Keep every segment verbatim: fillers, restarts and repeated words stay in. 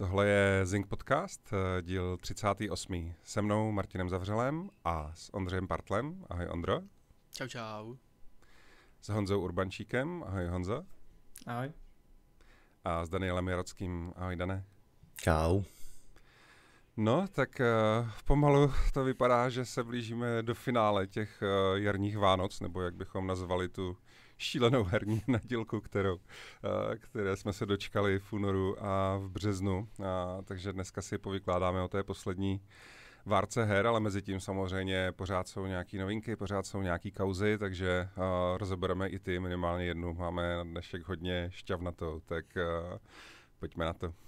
Tohle je Zing Podcast, díl třicátý osmý Se mnou Martinem Zavřelem a s Ondřejem Partlem. Ahoj Ondro. Čau, čau. S Honzou Urbančíkem. Ahoj Honzo. Ahoj. A s Danielem Jarockým. Ahoj Dane. Čau. No, tak uh, pomalu to vypadá, že se blížíme do finále těch uh, jarních Vánoc, nebo jak bychom nazvali tu šílenou herní nedělku, kterou, uh, které jsme se dočkali v únoru a v březnu. A, takže dneska si povykládáme o té poslední várce her, ale mezi tím samozřejmě pořád jsou nějaký novinky, pořád jsou nějaký kauzy, takže uh, rozebereme i ty, minimálně jednu. Máme na dnešek hodně šťavnatou, tak uh, pojďme na to.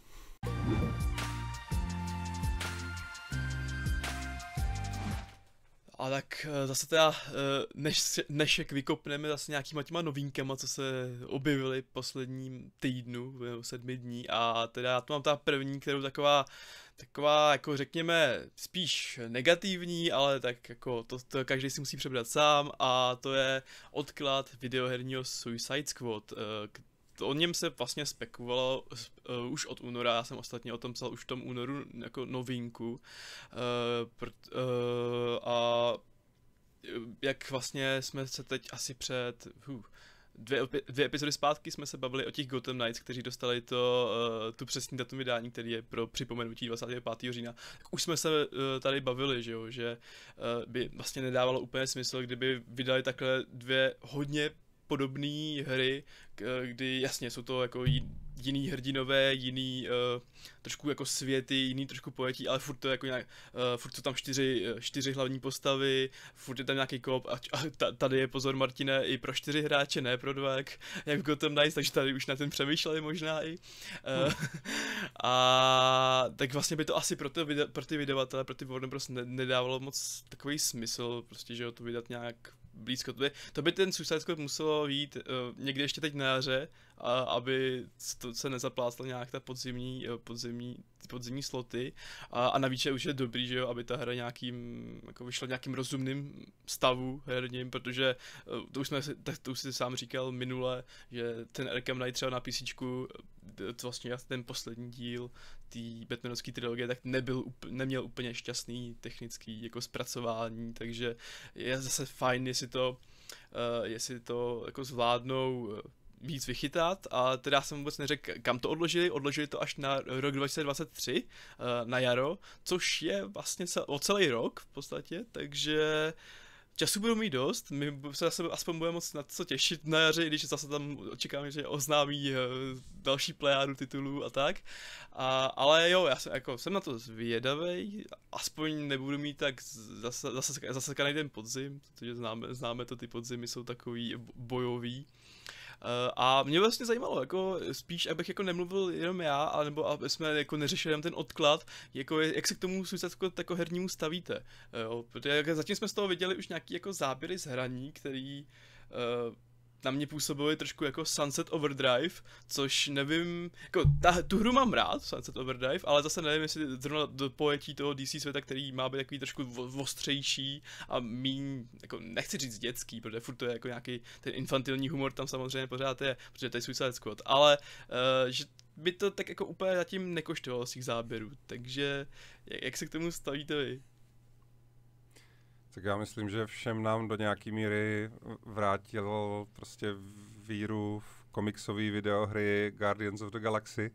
A tak zase teda, než dnešek vykopneme zase nějakýma těma novinkama, co se objevily posledním týdnu, sedmi dní, a teda já tu mám ta první, kterou taková, taková jako řekněme spíš negativní, ale tak jako to, to každý si musí přebrat sám, a to je odklad videoherního Suicide Squad. O něm se vlastně spekulovalo uh, už od února, já jsem ostatně o tom psal už v tom únoru jako novinku. Uh, pr- uh, a jak vlastně jsme se teď asi před uh, dvě, dvě epizody zpátky jsme se bavili o těch Gotham Knights, kteří dostali to, uh, tu přesný datum vydání, který je pro připomenutí dvacátého pátého října. Tak už jsme se uh, tady bavili, že, jo, že uh, by vlastně nedávalo úplně smysl, kdyby vydali takhle dvě hodně podobné hry, kdy jasně jsou to jako jiný hrdinové, jiný uh, trošku jako světy, jiný trošku pojetí, ale furt to jako nějak, uh, furt jsou tam čtyři, čtyři hlavní postavy, furt je tam nějaký koop, a, a tady je pozor Martine i pro čtyři hráče, ne pro dva, jak, jak v Gotham Knights, takže tady už na ten přemýšleli možná i. Uh, a tak vlastně by to asi pro ty, video, pro ty vydavatele, pro ty Warner Bros. Nedávalo moc takový smysl, prostě, že ho to vydat nějak blízko. To by, to by ten Suicide Squad muselo jít uh, někdy ještě teď na jaře, a, aby to se nezaplácla nějak ta podzimní, uh, podzimní, podzimní sloty. A, a navíc je už je dobrý, že jo, aby ta hra nějakým, jako vyšla nějakým rozumným stavu herním, protože uh, to už jsme, tak to už si sám říkal minule, že ten Arkham Knight třeba na PCčku, to vlastně ten poslední díl té Batmanovské trilogie, tak nebyl, neměl úplně šťastný technický jako zpracování, takže je zase fajn, jestli to, uh, jestli to jako zvládnou víc vychytat, a teda jsem vůbec neřekl, kam to odložili, odložili to až na rok dva tisíce dvacet tři, uh, na jaro, což je vlastně o celý rok v podstatě, takže času budou mít dost, my se zase aspoň budeme moc na co těšit na jaře, i když zase tam očekáváme, že oznámí uh, další plejádu titulů a tak. A, ale jo, já jsem, jako, jsem na to zvědavej, aspoň nebudu mít tak zase, zase, zasekaný ten podzim, protože známe, známe to, ty podzimy jsou takový bojový. Uh, a mě vlastně zajímalo, jako spíš, abych jako nemluvil jenom já, ale nebo aby jsme jako neřešili jenom ten odklad, jako jak se k tomu Suicide Squad jako hernímu stavíte, jo, protože zatím jsme z toho viděli už nějaký jako záběry z hraní, který uh, na mě působily trošku jako Sunset Overdrive, což nevím, jako ta, tu hru mám rád, Sunset Overdrive, ale zase nevím, jestli zrovna do pojetí toho D C světa, který má být takový trošku ostřejší a míň, jako nechci říct dětský, protože furt to je jako nějaký ten infantilní humor tam samozřejmě pořád je, protože to je Suicide Squad, ale uh, že by to tak jako úplně zatím nekoštovalo z těch záběrů, takže jak, jak se k tomu stavíte vy? Tak já myslím, že všem nám do nějaký míry vrátil prostě víru v komiksové videohry Guardians of the Galaxy.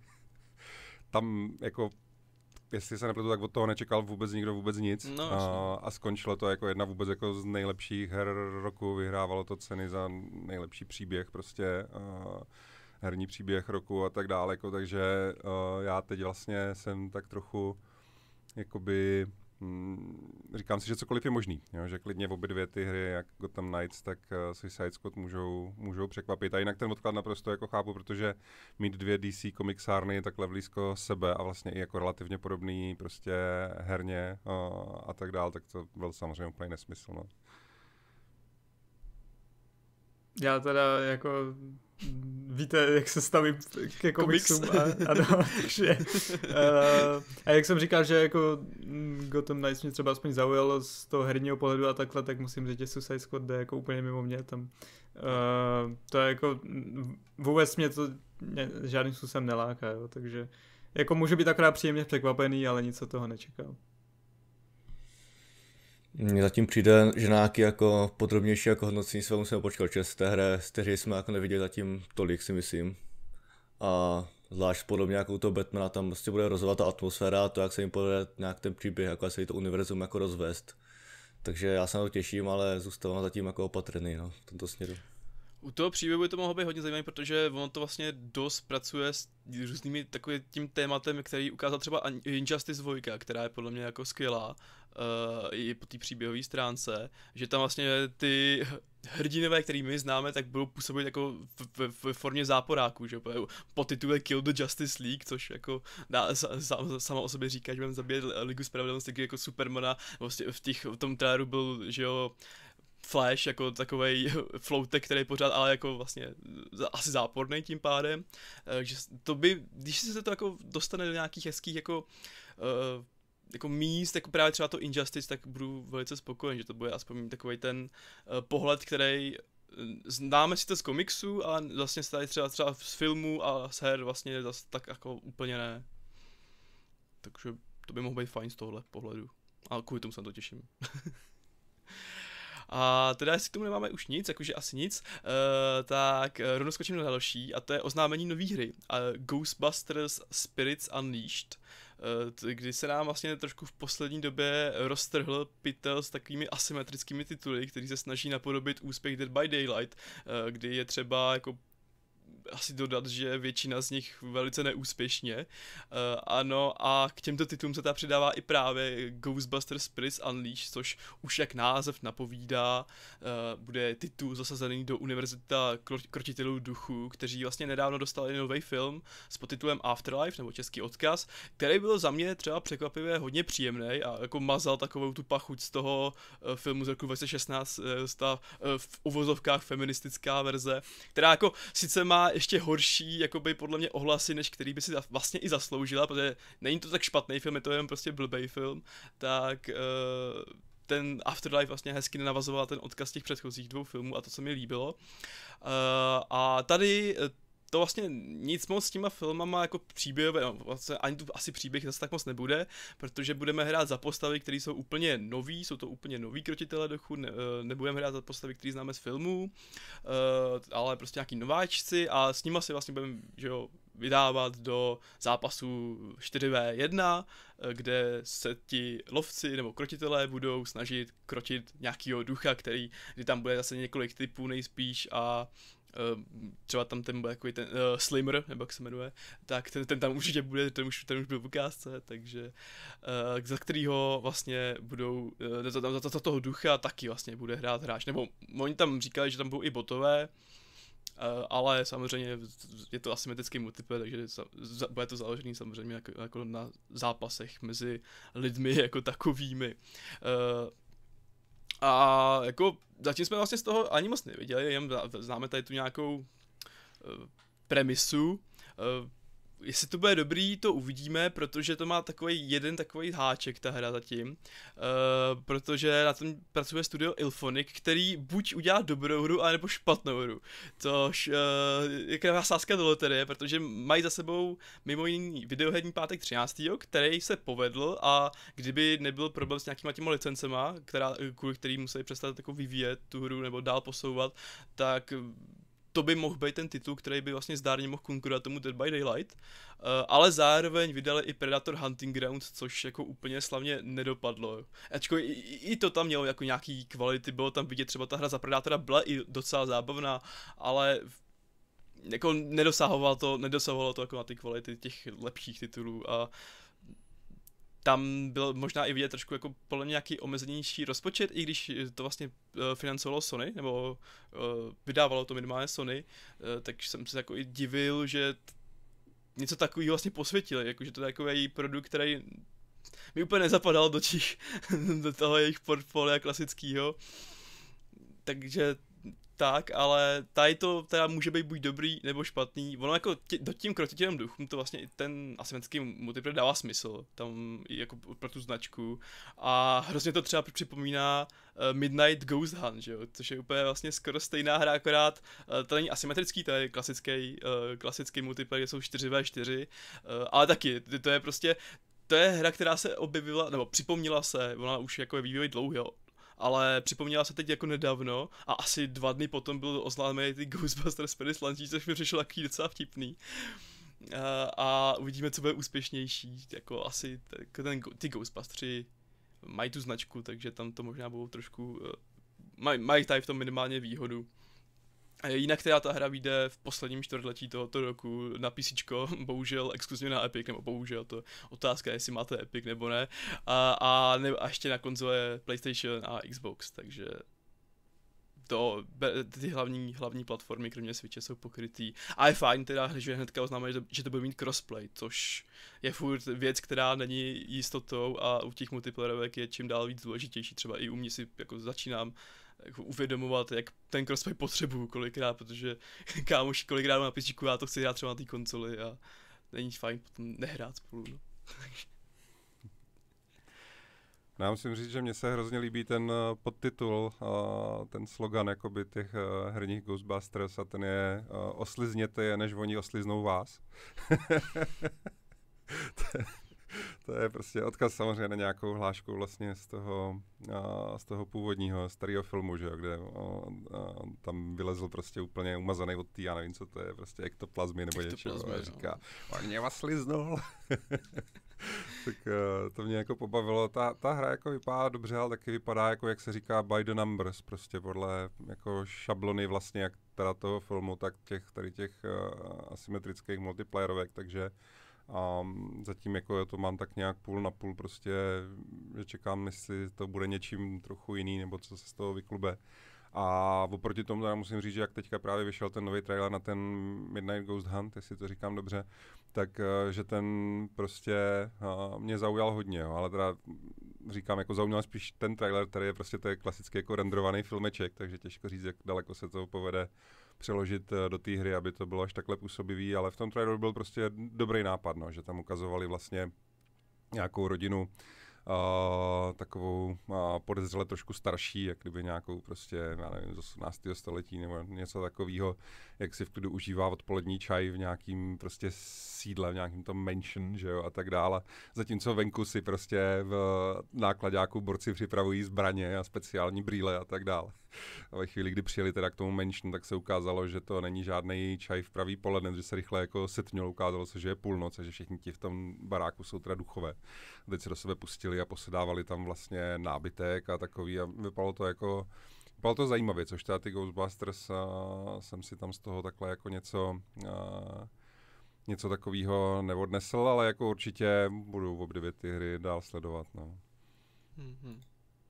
Tam jako, jestli se nepletu, tak od toho nečekal vůbec nikdo vůbec nic. No, a, a skončilo to jako jedna vůbec jako z nejlepších her roku, vyhrávalo to ceny za nejlepší příběh, prostě uh, herní příběh roku a tak dále. Jako, takže uh, já teď vlastně jsem tak trochu jakoby říkám si, že cokoliv je možný, jo? Že klidně v obě dvě ty hry, jak Gotham Knights, tak uh, Suicide Squad můžou, můžou překvapit. A jinak ten odklad naprosto jako chápu, protože mít dvě D C komiksárny takhle blízko sebe a vlastně i jako relativně podobný prostě herně uh, a tak dál, tak to byl samozřejmě úplně nesmysl. No. Já teda jako víte, jak se stavím ke komiksům, a, ano, takže uh, a jak jsem říkal, že jako Gotham Knights mě třeba aspoň zaujalo z toho herního pohledu a takhle, tak musím říct, že Suicide Squad jde jako úplně mimo mě tam. Uh, to je jako vůbec mě to mě, žádným způsobem neláká, jo, takže jako může být akorát příjemně překvapený, ale nic od toho nečekám. Mně zatím přijde, že nějaký jako podrobnější jako hodnocení se musíme počkat, že z té hry, z té hry jsme jako neviděli zatím tolik, si myslím. A zvlášť podobně jako u toho Batmana, tam prostě bude rozhodovat ta atmosféra a to, jak se jim povede nějak ten příběh, jako se to univerzum jako rozvést. Takže já se na to těším, ale zůstávám zatím jako opatrný, no, v tomto směru. U toho příběhu by to mohlo být hodně zajímavé, protože ono to vlastně dost pracuje s různými takovým tím tématem, který ukázal třeba Injustice dva, která je podle mě jako skvělá, uh, i po té příběhové stránce, že tam vlastně ty hrdinové, který my známe, tak budou působit jako v, v, v formě záporáků, že po titule Kill the Justice League, což jako dá, sa, sama o sobě říká, že budeme zabíjet Ligu spravedlnosti jako Supermana, vlastně v, těch, v tom traileru byl, že jo, Flash jako takovej floutek, který pořád, ale jako vlastně asi záporný tím pádem, takže to by, když se to jako dostane do nějakých hezkých jako uh, jako míst, jako právě třeba to Injustice, tak budu velice spokojen, že to bude aspoň takovej ten uh, pohled, který známe si to z komiksu, ale vlastně tady třeba, třeba z filmů a z her vlastně zase tak jako úplně ne. Takže to by mohlo být fajn z tohohle pohledu. A kvůli tomu se to těším. A teda, jestli k tomu nemáme už nic, jakože asi nic, uh, tak uh, rovnou skočím na další, a to je oznámení nové hry. Uh, Ghostbusters Spirits Unleashed, uh, kdy se nám vlastně trošku v poslední době roztrhl pytel s takovými asymetrickými tituly, který se snaží napodobit úspěch Dead by Daylight, uh, kdy je třeba jako asi dodat, že většina z nich velice neúspěšně. Uh, ano, a k těmto titulům se ta přidává i právě Ghostbusters Spirits Unleashed, což už jak název napovídá, uh, bude titul zasazený do Univerzita krotitelů duchů, kteří vlastně nedávno dostali nový film s podtitulem Afterlife, nebo český odkaz, který byl za mě třeba překvapivě hodně příjemný a jako mazal takovou tu pachuť z toho uh, filmu z roku dva tisíce šestnáct, uh, ta uh, v uvozovkách feministická verze, která jako sice má ještě horší, jakoby podle mě ohlasy, než který by si vlastně i zasloužila, protože není to tak špatný film, je to jen prostě blbej film, tak uh, ten Afterlife vlastně hezky navazoval ten odkaz těch předchozích dvou filmů a to se mi líbilo. Uh, a tady to vlastně nic moc s těma filmama jako příběhové, no, vlastně ani tu asi příběh zase tak moc nebude, protože budeme hrát za postavy, které jsou úplně nový, jsou to úplně nový krotitelé duchů, ne, nebudeme hrát za postavy, které známe z filmů, uh, ale prostě nějaký nováčci a s nima si vlastně budeme, že jo, vydávat do zápasu čtyři vé jedna, kde se ti lovci nebo krotitelé budou snažit krotit nějakýho ducha, který, kdy tam bude zase několik typů nejspíš a Uh, třeba tam ten bude takový ten uh, Slimmer, nebo jak se jmenuje, tak ten, ten tam určitě bude, ten už, ten už byl v ukázce, takže uh, za kterýho vlastně budou, uh, za, za, za toho ducha taky vlastně bude hrát hráč, nebo oni tam říkali, že tam budou i botové, uh, ale samozřejmě je to asymetrický multiplayer, takže za, za, bude to založený samozřejmě jako, jako na zápasech mezi lidmi jako takovými. Uh, A jako zatím jsme vlastně z toho ani moc neviděli, jen známe tady tu nějakou uh, premisu. Uh, jestli to bude dobrý, to uvidíme, protože to má takový jeden takový háček ta hra zatím. Uh, protože na tom pracuje studio IllFonic, který buď udělá dobrou hru, anebo špatnou hru. Což uh, je krává sázka do loterie, protože mají za sebou mimo jiný videoherní pátek třináctého který se povedl a kdyby nebyl problém s nějakýma těma licencema, která, kvůli který museli přestat jako vyvíjet tu hru nebo dál posouvat, tak to by mohl být ten titul, který by vlastně zdárně mohl konkurovat tomu Dead by Daylight, uh, ale zároveň vydali i Predator Hunting Grounds, což jako úplně slavně nedopadlo. Ačkoliv i, i to tam mělo jako nějaký kvality, bylo tam vidět, třeba ta hra za Predatora byla i docela zábavná, ale jako nedosahovalo to, nedosahovalo to jako na ty kvality těch lepších titulů a tam byl možná i vidět trošku jako podle mě nějaký omezenější rozpočet, i když to vlastně uh, financovalo Sony, nebo uh, vydávalo to minimálně Sony, uh, tak jsem se jako i divil, že t- něco takového vlastně posvětili, jakože to je takový produkt, který mi úplně nezapadal do těch, do toho jejich portfolia klasického. Takže tak, ale tady to teda může být buď dobrý nebo špatný. Ono jako tě, do tím krotitěm duchům to vlastně ten asymetrický multiplayer dává smysl, tam jako pro tu značku. A hrozně to třeba připomíná uh, Midnight Ghost Hunt, že jo? Což je úplně vlastně skoro stejná hra, akorát uh, to není asymetrický, to je klasický, uh, klasický multiplayer, jsou čtyři vé čtyři, uh, ale taky, to je prostě, to je hra, která se objevila, nebo připomněla se, ona už jako je vývoj dlouhý, jo. Ale připomněla se teď jako nedávno a asi dva dny potom byl oznámený ty Ghostbusters Paris Launch, což mi přišlo takový docela vtipný. A, a uvidíme, co bude úspěšnější, jako asi ten, ty Ghostbusters mají tu značku, takže tam to možná budou trošku, maj, mají tady v tom minimálně výhodu. A jinak teda ta hra vyjde v posledním čtvrtletí tohoto roku na PCčko, bohužel exkluzivně na Epic, nebo bohužel to otázka, jestli máte Epic nebo ne, a, a, ne, a ještě na konzole PlayStation a Xbox, takže to, ty hlavní, hlavní platformy, kromě Switche, jsou pokrytý. A je fajn teda, že hnedka oznámili, že, že to bude mít crossplay, což je furt věc, která není jistotou a u těch multiplayerovek je čím dál víc důležitější, třeba i u mě si jako začínám jako uvědomovat, jak ten crossplay potřebuju kolikrát, protože kámoši kolikrát na písíku, já to chci hrát třeba na té konzoli a není fajn potom nehrát spolu, no. No, já musím říct, že mně se hrozně líbí ten podtitul, ten slogan jakoby těch herních Ghostbusters a ten je oslizněte je, než oni osliznou vás. To je prostě odkaz samozřejmě na nějakou hlášku vlastně z toho, a, z toho původního starého filmu, že jo, kde a, a, tam vylezl prostě úplně umazaný od tý, já nevím, co to je, prostě ektoplazmy nebo něčeho, a říká, on mě vás sliznul. Tak uh, to mě jako pobavilo. Ta, ta hra jako vypadá dobře, ale taky vypadá jako, jak se říká, by the numbers, prostě podle jako šablony vlastně, jak teda toho filmu, tak těch, tady těch uh, asymetrických multiplayerovek, takže um, zatím jako to mám tak nějak půl na půl, prostě, že čekám, jestli to bude něčím trochu jiný, nebo co se z toho vyklube. A oproti tomu teda musím říct, že jak teďka právě vyšel ten nový trailer na ten Midnight Ghost Hunt, jestli to říkám dobře, tak že ten prostě uh, mě zaujal hodně, jo, ale teda říkám, jako zaujal spíš ten trailer, který je prostě to je klasicky jako renderovaný filmeček, takže těžko říct, jak daleko se to povede přeložit uh, do té hry, aby to bylo až takhle působivý, ale v tom traileru byl prostě dobrý nápad, no, že tam ukazovali vlastně nějakou rodinu, Uh, takovou uh, podezřele trošku starší, jak kdyby nějakou prostě, já nevím, z osmnáctého století nebo něco takového, jak si v klidu užívá odpolední čaj v nějakým prostě sídle, v nějakým tom mansion, že jo, a tak dále. Zatímco venku si prostě v nákladáku borci připravují zbraně a speciální brýle a tak dále. A ve chvíli, kdy přijeli teda k tomu mansionu, tak se ukázalo, že to není žádný čaj v pravý poledne, že se rychle jako setmělo, ukázalo se, že je půlnoc a že všichni ti v tom baráku jsou teda duchové. A teď se do sebe pustili a posedávali tam vlastně nábytek a takový a vypadalo to jako, vypadalo to zajímavě, což teda ty Ghostbusters a jsem si tam z toho takhle jako něco, a, něco takového neodnesl, ale jako určitě budu obdivit ty hry dál sledovat, no. Mm-hmm.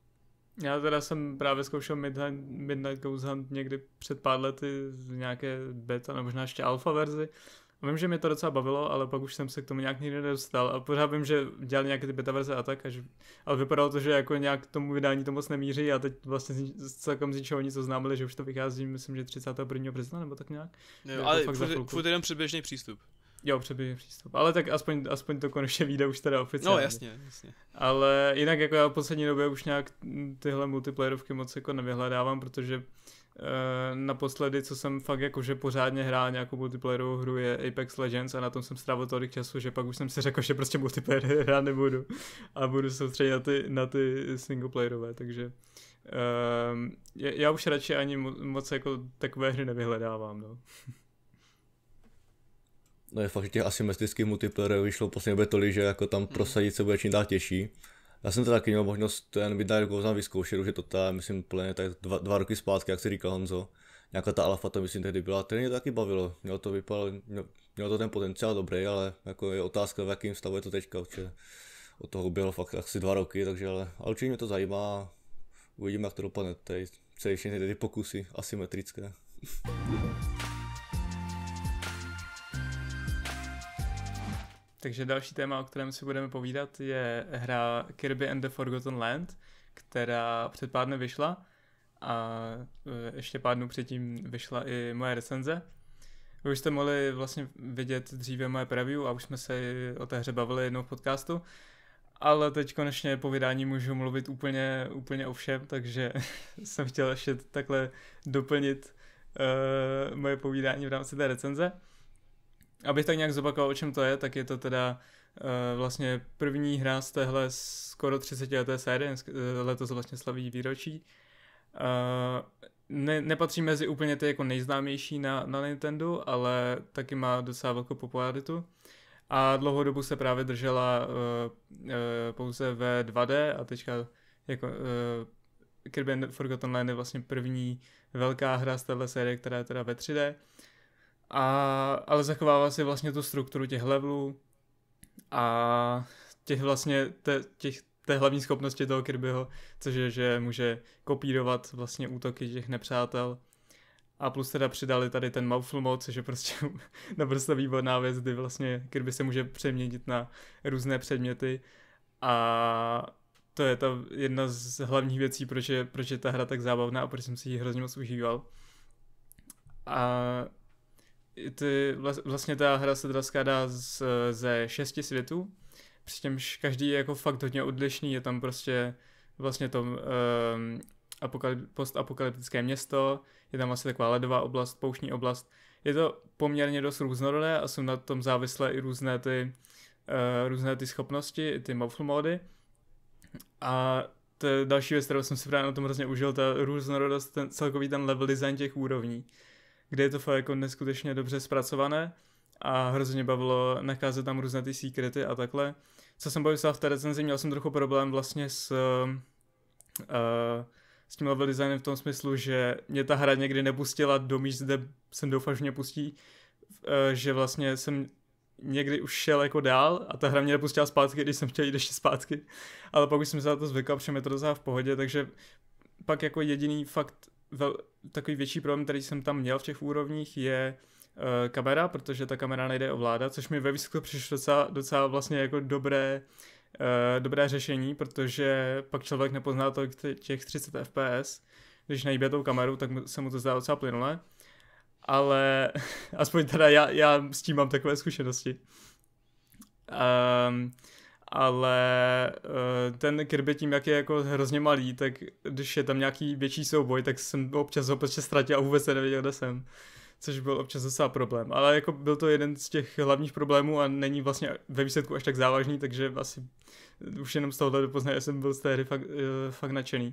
Já teda jsem právě zkoušel Midnight, Midnight Ghost Hunt někdy před pár lety v nějaké beta, nebo možná ještě alfa verzi. Vím, že mě to docela bavilo, ale pak už jsem se k tomu nějak nikdy nedostal a pořád vím, že dělali nějaké ty beta verze a tak, až, ale vypadalo to, že jako nějak tomu vydání to moc nemíří a teď vlastně celkem z ničeho nic oznámili, že už to vychází, myslím, že třicátého prvního března nebo tak nějak. Jo, ale furt jenom předběžný přístup. Jo, předběžný přístup, ale tak aspoň, aspoň to konečně vyjde už teda oficiálně. No jasně, jasně. Ale jinak jako já v poslední době už nějak tyhle multiplayerovky moc jako nevyhledávám, protože naposledy, co jsem fakt jakože pořádně hrál nějakou multiplayerovou hru, je Apex Legends a na tom jsem strávil tolik času, že pak už jsem si řekl, že prostě multiplayer hrát nebudu a budu se soustředit na ty, na ty singleplayerové, takže um, já už radši ani moc jako takové hry nevyhledávám, no. No je fakt, že těch asymetrických multiplayerů vyšlo posledně bude tolik, že jako tam prosadit se bude čím dál těžší. Já jsem to taky měl možnost ten Midnight Ghost Hunt vyzkoušet, už je to ta, myslím, plně tak dva, dva roky zpátky, jak si říkal Honzo. Nějaká ta alfa to myslím tehdy byla, tehdy mě to taky bavilo, mělo to vypadalo, mělo, mělo to ten potenciál dobrý, ale jako je otázka, v jakým stavu je to teďka, určitě od toho bylo fakt asi dva roky, takže ale, ale určitě mě to zajímá a uvidíme, jak to dopadne, tady celý všechny ty pokusy asymetrické. Takže další téma, o kterém si budeme povídat, je hra Kirby and the Forgotten Land, která před pár dny vyšla a ještě pár dnů předtím vyšla i moje recenze. Vy už jste mohli vlastně vidět dříve moje preview a už jsme se o té hře bavili jednou v podcastu. Ale teď konečně po vydání můžu mluvit úplně, úplně o všem, takže jsem chtěl ještě takhle doplnit uh, moje povídání v rámci té recenze. Abych tak nějak zopakoval, o čem to je, tak je to teda uh, vlastně první hra z téhle skoro třicetileté série, letos vlastně slaví výročí. Uh, ne, nepatří mezi úplně ty jako nejznámější na, na Nintendo, ale taky má docela velkou popularitu. A dlouhou dobu se právě držela uh, uh, pouze ve dva dé a teďka jako uh, Kirby and Forgotten Land je vlastně první velká hra z téhle série, která je teda ve tři dé. A, ale zachovává si vlastně tu strukturu těch levelů a těch vlastně te, těch, té hlavní schopnosti toho Kirbyho, což je, že může kopírovat vlastně útoky těch nepřátel. A plus teda přidali tady ten Mouthful Mode, což je prostě naprosto výborná věc, kdy vlastně Kirby se může přeměnit na různé předměty a to je ta jedna z hlavních věcí, proč je, proč je ta hra tak zábavná a proč jsem si ji hrozně moc užíval. A ty, vlastně ta hra se teda skládá z, ze šesti světů, přičemž každý je jako fakt hodně odlišný, je tam prostě vlastně to um, apokalyp, postapokalyptické město, je tam asi taková ledová oblast, pouštní oblast. Je to poměrně dost různorodé a jsou na tom závislé i různé ty, uh, různé ty schopnosti, ty mouthful mody. A to je další věc, kterou jsem si právě na tom hrozně užil, ta různorodost, ten, celkový ten level design těch úrovní, kde je to fakt jako neskutečně dobře zpracované a hrozně bavilo nacházet tam různé ty secrety a takhle. Co jsem popisoval v té recenzi, měl jsem trochu problém vlastně s... Uh, s tím level designem v tom smyslu, že mě ta hra někdy nepustila do míst, kde jsem doufal, že mě pustí, že vlastně jsem někdy už šel jako dál a ta hra mě nepustila zpátky, když jsem chtěl jít ještě zpátky, ale pak už jsem se na to zvykal, protože mě to docela v pohodě, takže pak jako jediný fakt vel, takový větší problém, který jsem tam měl v těch úrovních je uh, kamera, protože ta kamera nejde ovládat, což mi ve výsledku přišlo docela, docela vlastně jako dobré Uh, dobré řešení, protože pak člověk nepozná tolik těch třicet ef pé es, když nehýbe tou kamerou, tak se mu to zdá docela plynulé, ale aspoň teda já, já s tím mám takové zkušenosti. Um, ale uh, ten Kirby tím, jak je jako hrozně malý, tak když je tam nějaký větší souboj, tak jsem občas ho prostě ztratil a vůbec se nevěděl, kde jsem. Což byl občas docela problém, ale jako byl to jeden z těch hlavních problémů a není vlastně ve výsledku až tak závažný, takže asi už jenom z tohohle dopoznaje jsem byl z té hry fakt, uh, fakt nadšený.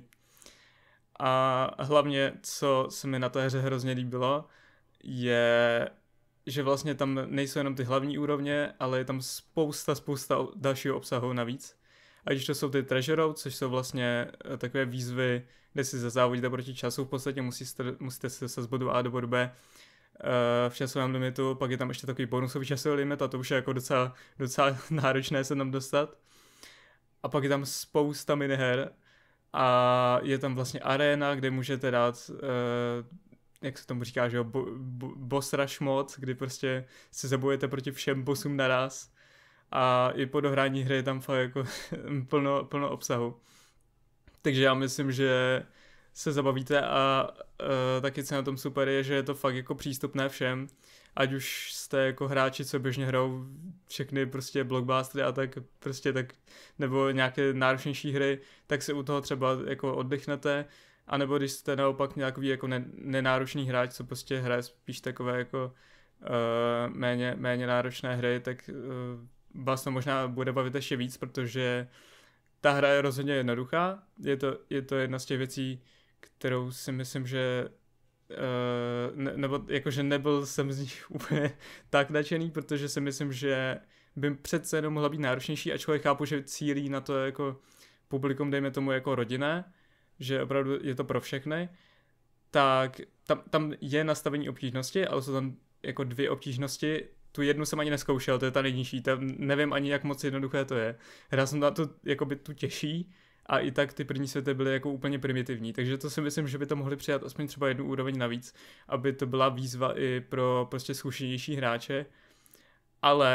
A hlavně, co se mi na té hře hrozně líbilo, je, že vlastně tam nejsou jenom ty hlavní úrovně, ale je tam spousta, spousta dalšího obsahu navíc. A když to jsou ty treasure road, což jsou vlastně takové výzvy, kde si zazávodíte proti času, v podstatě musíte, musíte se z bodu A do bodu B v časovém limitu, pak je tam ještě takový bonusový časový limit a to už je jako docela, docela náročné se tam dostat. A pak je tam spousta miniher a je tam vlastně arena, kde můžete dát, uh, jak se tomu říká, že jo, bo, bo, boss rush mod, kdy prostě se zabojujete proti všem bossům naraz a i po dohrání hry je tam fakt jako plno, plno obsahu. Takže já myslím, že se zabavíte a uh, taky co na tom super je, že je to fakt jako přístupné všem, ať už jste jako hráči, co běžně hrajou všechny prostě blockbustery a tak prostě tak, nebo nějaké náročnější hry, tak si u toho třeba jako oddechnete, anebo když jste naopak nějaký jako ne, nenáročný hráč, co prostě hraje spíš takové jako uh, méně, méně náročné hry, tak uh, vás to možná bude bavit ještě víc, protože ta hra je rozhodně jednoduchá, je to, je to jedna z těch věcí, kterou si myslím, že uh, ne, nebo jakože nebyl jsem z nich úplně tak nadšený, protože si myslím, že by přece jenom mohla být náročnější, ačkoliv chápu, že cílí na to jako publikum, dejme tomu jako rodinné, že opravdu je to pro všechny, tak tam, tam je nastavení obtížnosti, ale jsou tam jako dvě obtížnosti. Tu jednu jsem ani neskoušel, to je ta nejnižší, tam nevím ani, jak moc jednoduché to je. Hrál jsem na tu, jakoby tu těžší a i tak ty první světy byly jako úplně primitivní, takže to si myslím, že by to mohli přijat aspoň třeba jednu úroveň navíc, aby to byla výzva i pro prostě zkušenější hráče, ale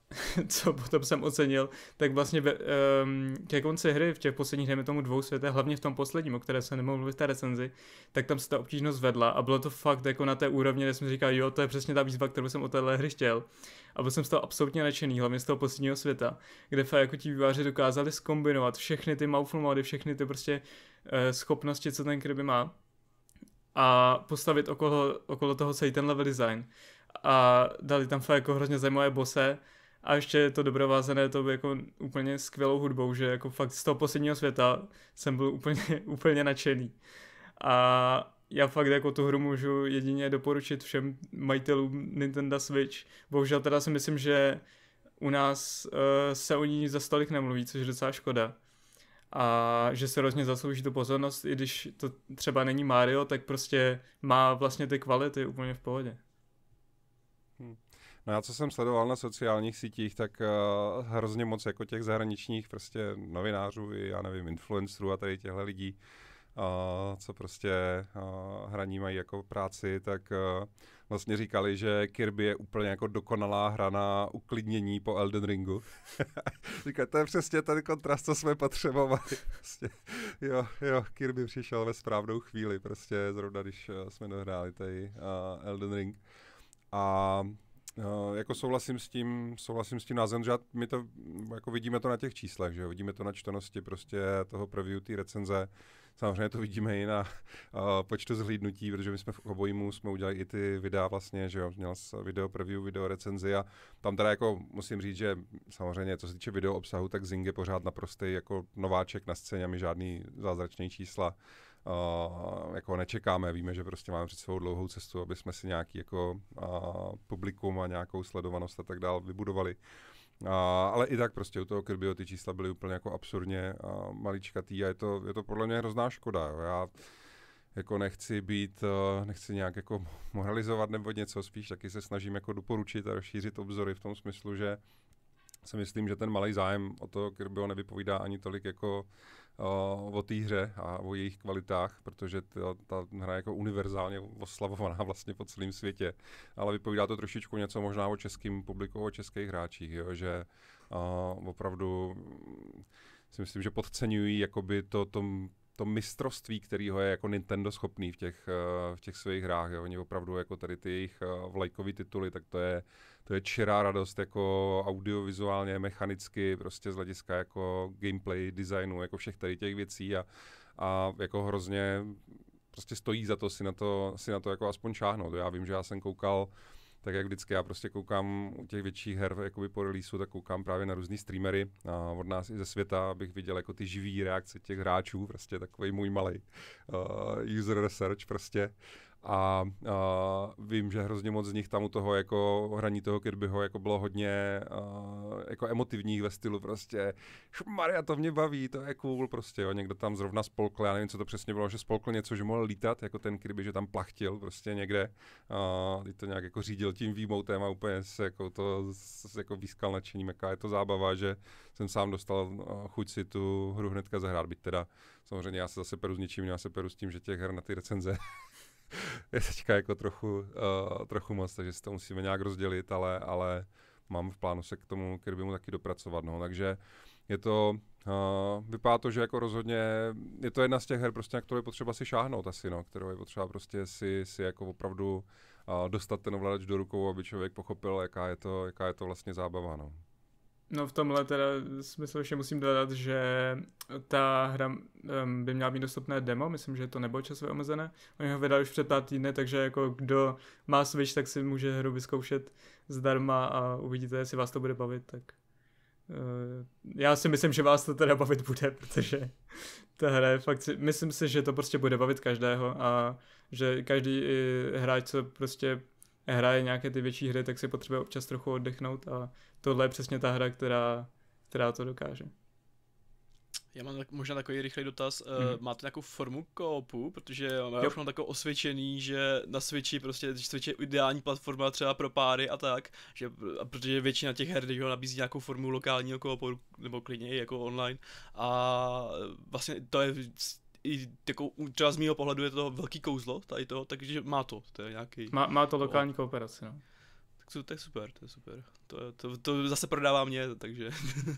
co potom jsem ocenil, tak vlastně ve, um, ke konci hry v těch posledních, dejme tomu dvou světech, hlavně v tom posledním, o které se nemohl mluvit v té recenzi, tak tam se ta obtížnost vedla a bylo to fakt jako na té úrovni, kde jsem říkal, jo, to je přesně ta výzva, kterou jsem od téhle hry chtěl. A byl jsem z toho absolutně nadšený, hlavně z toho posledního světa, kde fakt jako ti vývojáři dokázali zkombinovat všechny ty mouthful mody, všechny ty prostě uh, schopnosti, co ten Kirby má, a postavit okolo, okolo toho celý ten level design. A dali tam fakt jako hrozně zajímavé bose a ještě je to doprovázené to jako úplně skvělou hudbou, že jako fakt z toho posledního světa jsem byl úplně, úplně nadšený. A já fakt jako tu hru můžu jedině doporučit všem majitelům Nintendo Switch. Bohužel teda si myslím, že u nás uh, se o ní za stolik nemluví, což je docela škoda. A že se hrozně zaslouží tu pozornost, i když to třeba není Mario, tak prostě má vlastně ty kvality úplně v pohodě. Hmm. No já co jsem sledoval na sociálních sítích, tak uh, hrozně moc jako těch zahraničních prostě novinářů i já nevím, influencerů a tady těchto lidí, uh, co prostě uh, hraní mají jako práci, tak uh, vlastně říkali, že Kirby je úplně jako dokonalá hra na uklidnění po Elden Ringu. Říkali, to je přesně ten kontrast, co jsme potřebovali. Prostě, jo, jo, Kirby přišel ve správnou chvíli, prostě zrovna když uh, jsme dohráli tady uh, Elden Ring. A uh, jako souhlasím s tím, souhlasím s tím názvem, že my to jako vidíme to na těch číslech, že jo? Vidíme to na čtenosti prostě toho preview, té recenze. Samozřejmě to vidíme i na uh, počtu zhlídnutí, protože my jsme v obojímu jsme udělali i ty videa vlastně, že jo, měl jsem video preview, video recenzi a tam teda jako musím říct, že samozřejmě co se týče video obsahu, tak Zing je pořád naprostý jako nováček na scéně a my žádný zázračný čísla Uh, jako nečekáme, víme, že prostě máme před svou dlouhou cestu, aby jsme si nějaký jako uh, publikum a nějakou sledovanost a tak dál vybudovali. Uh, ale i tak prostě u toho Kirbyho ty čísla byly úplně jako absurdně uh, maličkatý a je to, je to podle mě hrozná škoda. Jo. Já jako nechci být, uh, nechci nějak jako moralizovat nebo něco, spíš taky se snažím jako doporučit a rozšířit obzory v tom smyslu, že si myslím, že ten malý zájem o to Kirbyho nevypovídá ani tolik jako uh, o té hře a o jejich kvalitách, protože ta, ta hra je jako univerzálně oslavovaná vlastně po celém světě, ale vypovídá to trošičku něco možná o českým publiku, o českých hráčích, jo, že uh, opravdu si myslím, že podceňují jakoby to, to, to mistrovství, kterého je jako Nintendo schopný v těch, uh, v těch svých hrách. Jo. Oni opravdu jako tady ty jejich uh, vlajkový tituly, tak to je To je čirá radost jako audiovizuálně, mechanicky, prostě z hlediska jako gameplay, designu, jako všech tady těch věcí a, a jako hrozně prostě stojí za to si na to, si na to jako aspoň šáhnout. Já vím, že já jsem koukal, tak jak vždycky já prostě koukám u těch větších her jakoby po releaseu, tak koukám právě na různý streamery a od nás i ze světa, abych viděl jako ty živý reakce těch hráčů, prostě takový můj malý uh, user research prostě. A uh, vím, že hrozně moc z nich tam u toho jako hraní toho Kirbyho jako bylo hodně uh, jako emotivních ve stylu prostě Maria, to mě baví, to je cool prostě, jo. Někdo tam zrovna spolkl, já nevím, co to přesně bylo, že spolkl něco, že mohl lítat, jako ten Kirby, že tam plachtil prostě někde, uh, teď to nějak jako řídil tím výmoutem a úplně se jako to se jako výskal nadšením, jaká je to zábava, že jsem sám dostal uh, chuť si tu hru hnedka zahrát, byť teda samozřejmě já se zase peru s ničím, já se peru s tím, že těch her na ty recenze je teďka jako trochu, uh, trochu moc, takže si to musíme nějak rozdělit, ale, ale mám v plánu se k tomu Kirbymu taky dopracovat, no, takže je to, uh, vypadá to, že jako rozhodně, je to jedna z těch her prostě, na kterou je potřeba si šáhnout asi, no, kterou je potřeba prostě si, si jako opravdu uh, dostat ten ovladač do rukou, aby člověk pochopil, jaká je to, jaká je to vlastně zábava, no. No v tomhle teda smyslu ještě musím dodat, že ta hra um, by měla být dostupné demo, myslím, že to nebylo časově omezené. Oni ho vydali už před pár týdny, takže jako kdo má Switch, tak si může hru vyzkoušet zdarma a uvidíte, jestli vás to bude bavit, tak uh, já si myslím, že vás to teda bavit bude, protože ta hra je fakt, myslím si, že to prostě bude bavit každého a že každý hráč, co prostě hraje nějaké ty větší hry, tak si potřebuje občas trochu oddechnout a tohle je přesně ta hra, která, která to dokáže. Já mám tak, možná takový rychlý dotaz. Mm. Uh, máte nějakou formu koopu? Protože já už mám takový osvědčený, že na Switchi prostě, když Switch je ideální platforma třeba pro páry a tak, že, protože většina těch her, když ho nabízí nějakou formu lokálního koopu, nebo klidně i jako online. A vlastně to je i jako, třeba z mýho pohledu je to velký kouzlo tady toho, takže má to, to je nějaký... Má, má to lokální kooperaci, no. to, to je super, to je super. To, to, to zase prodává mě, takže...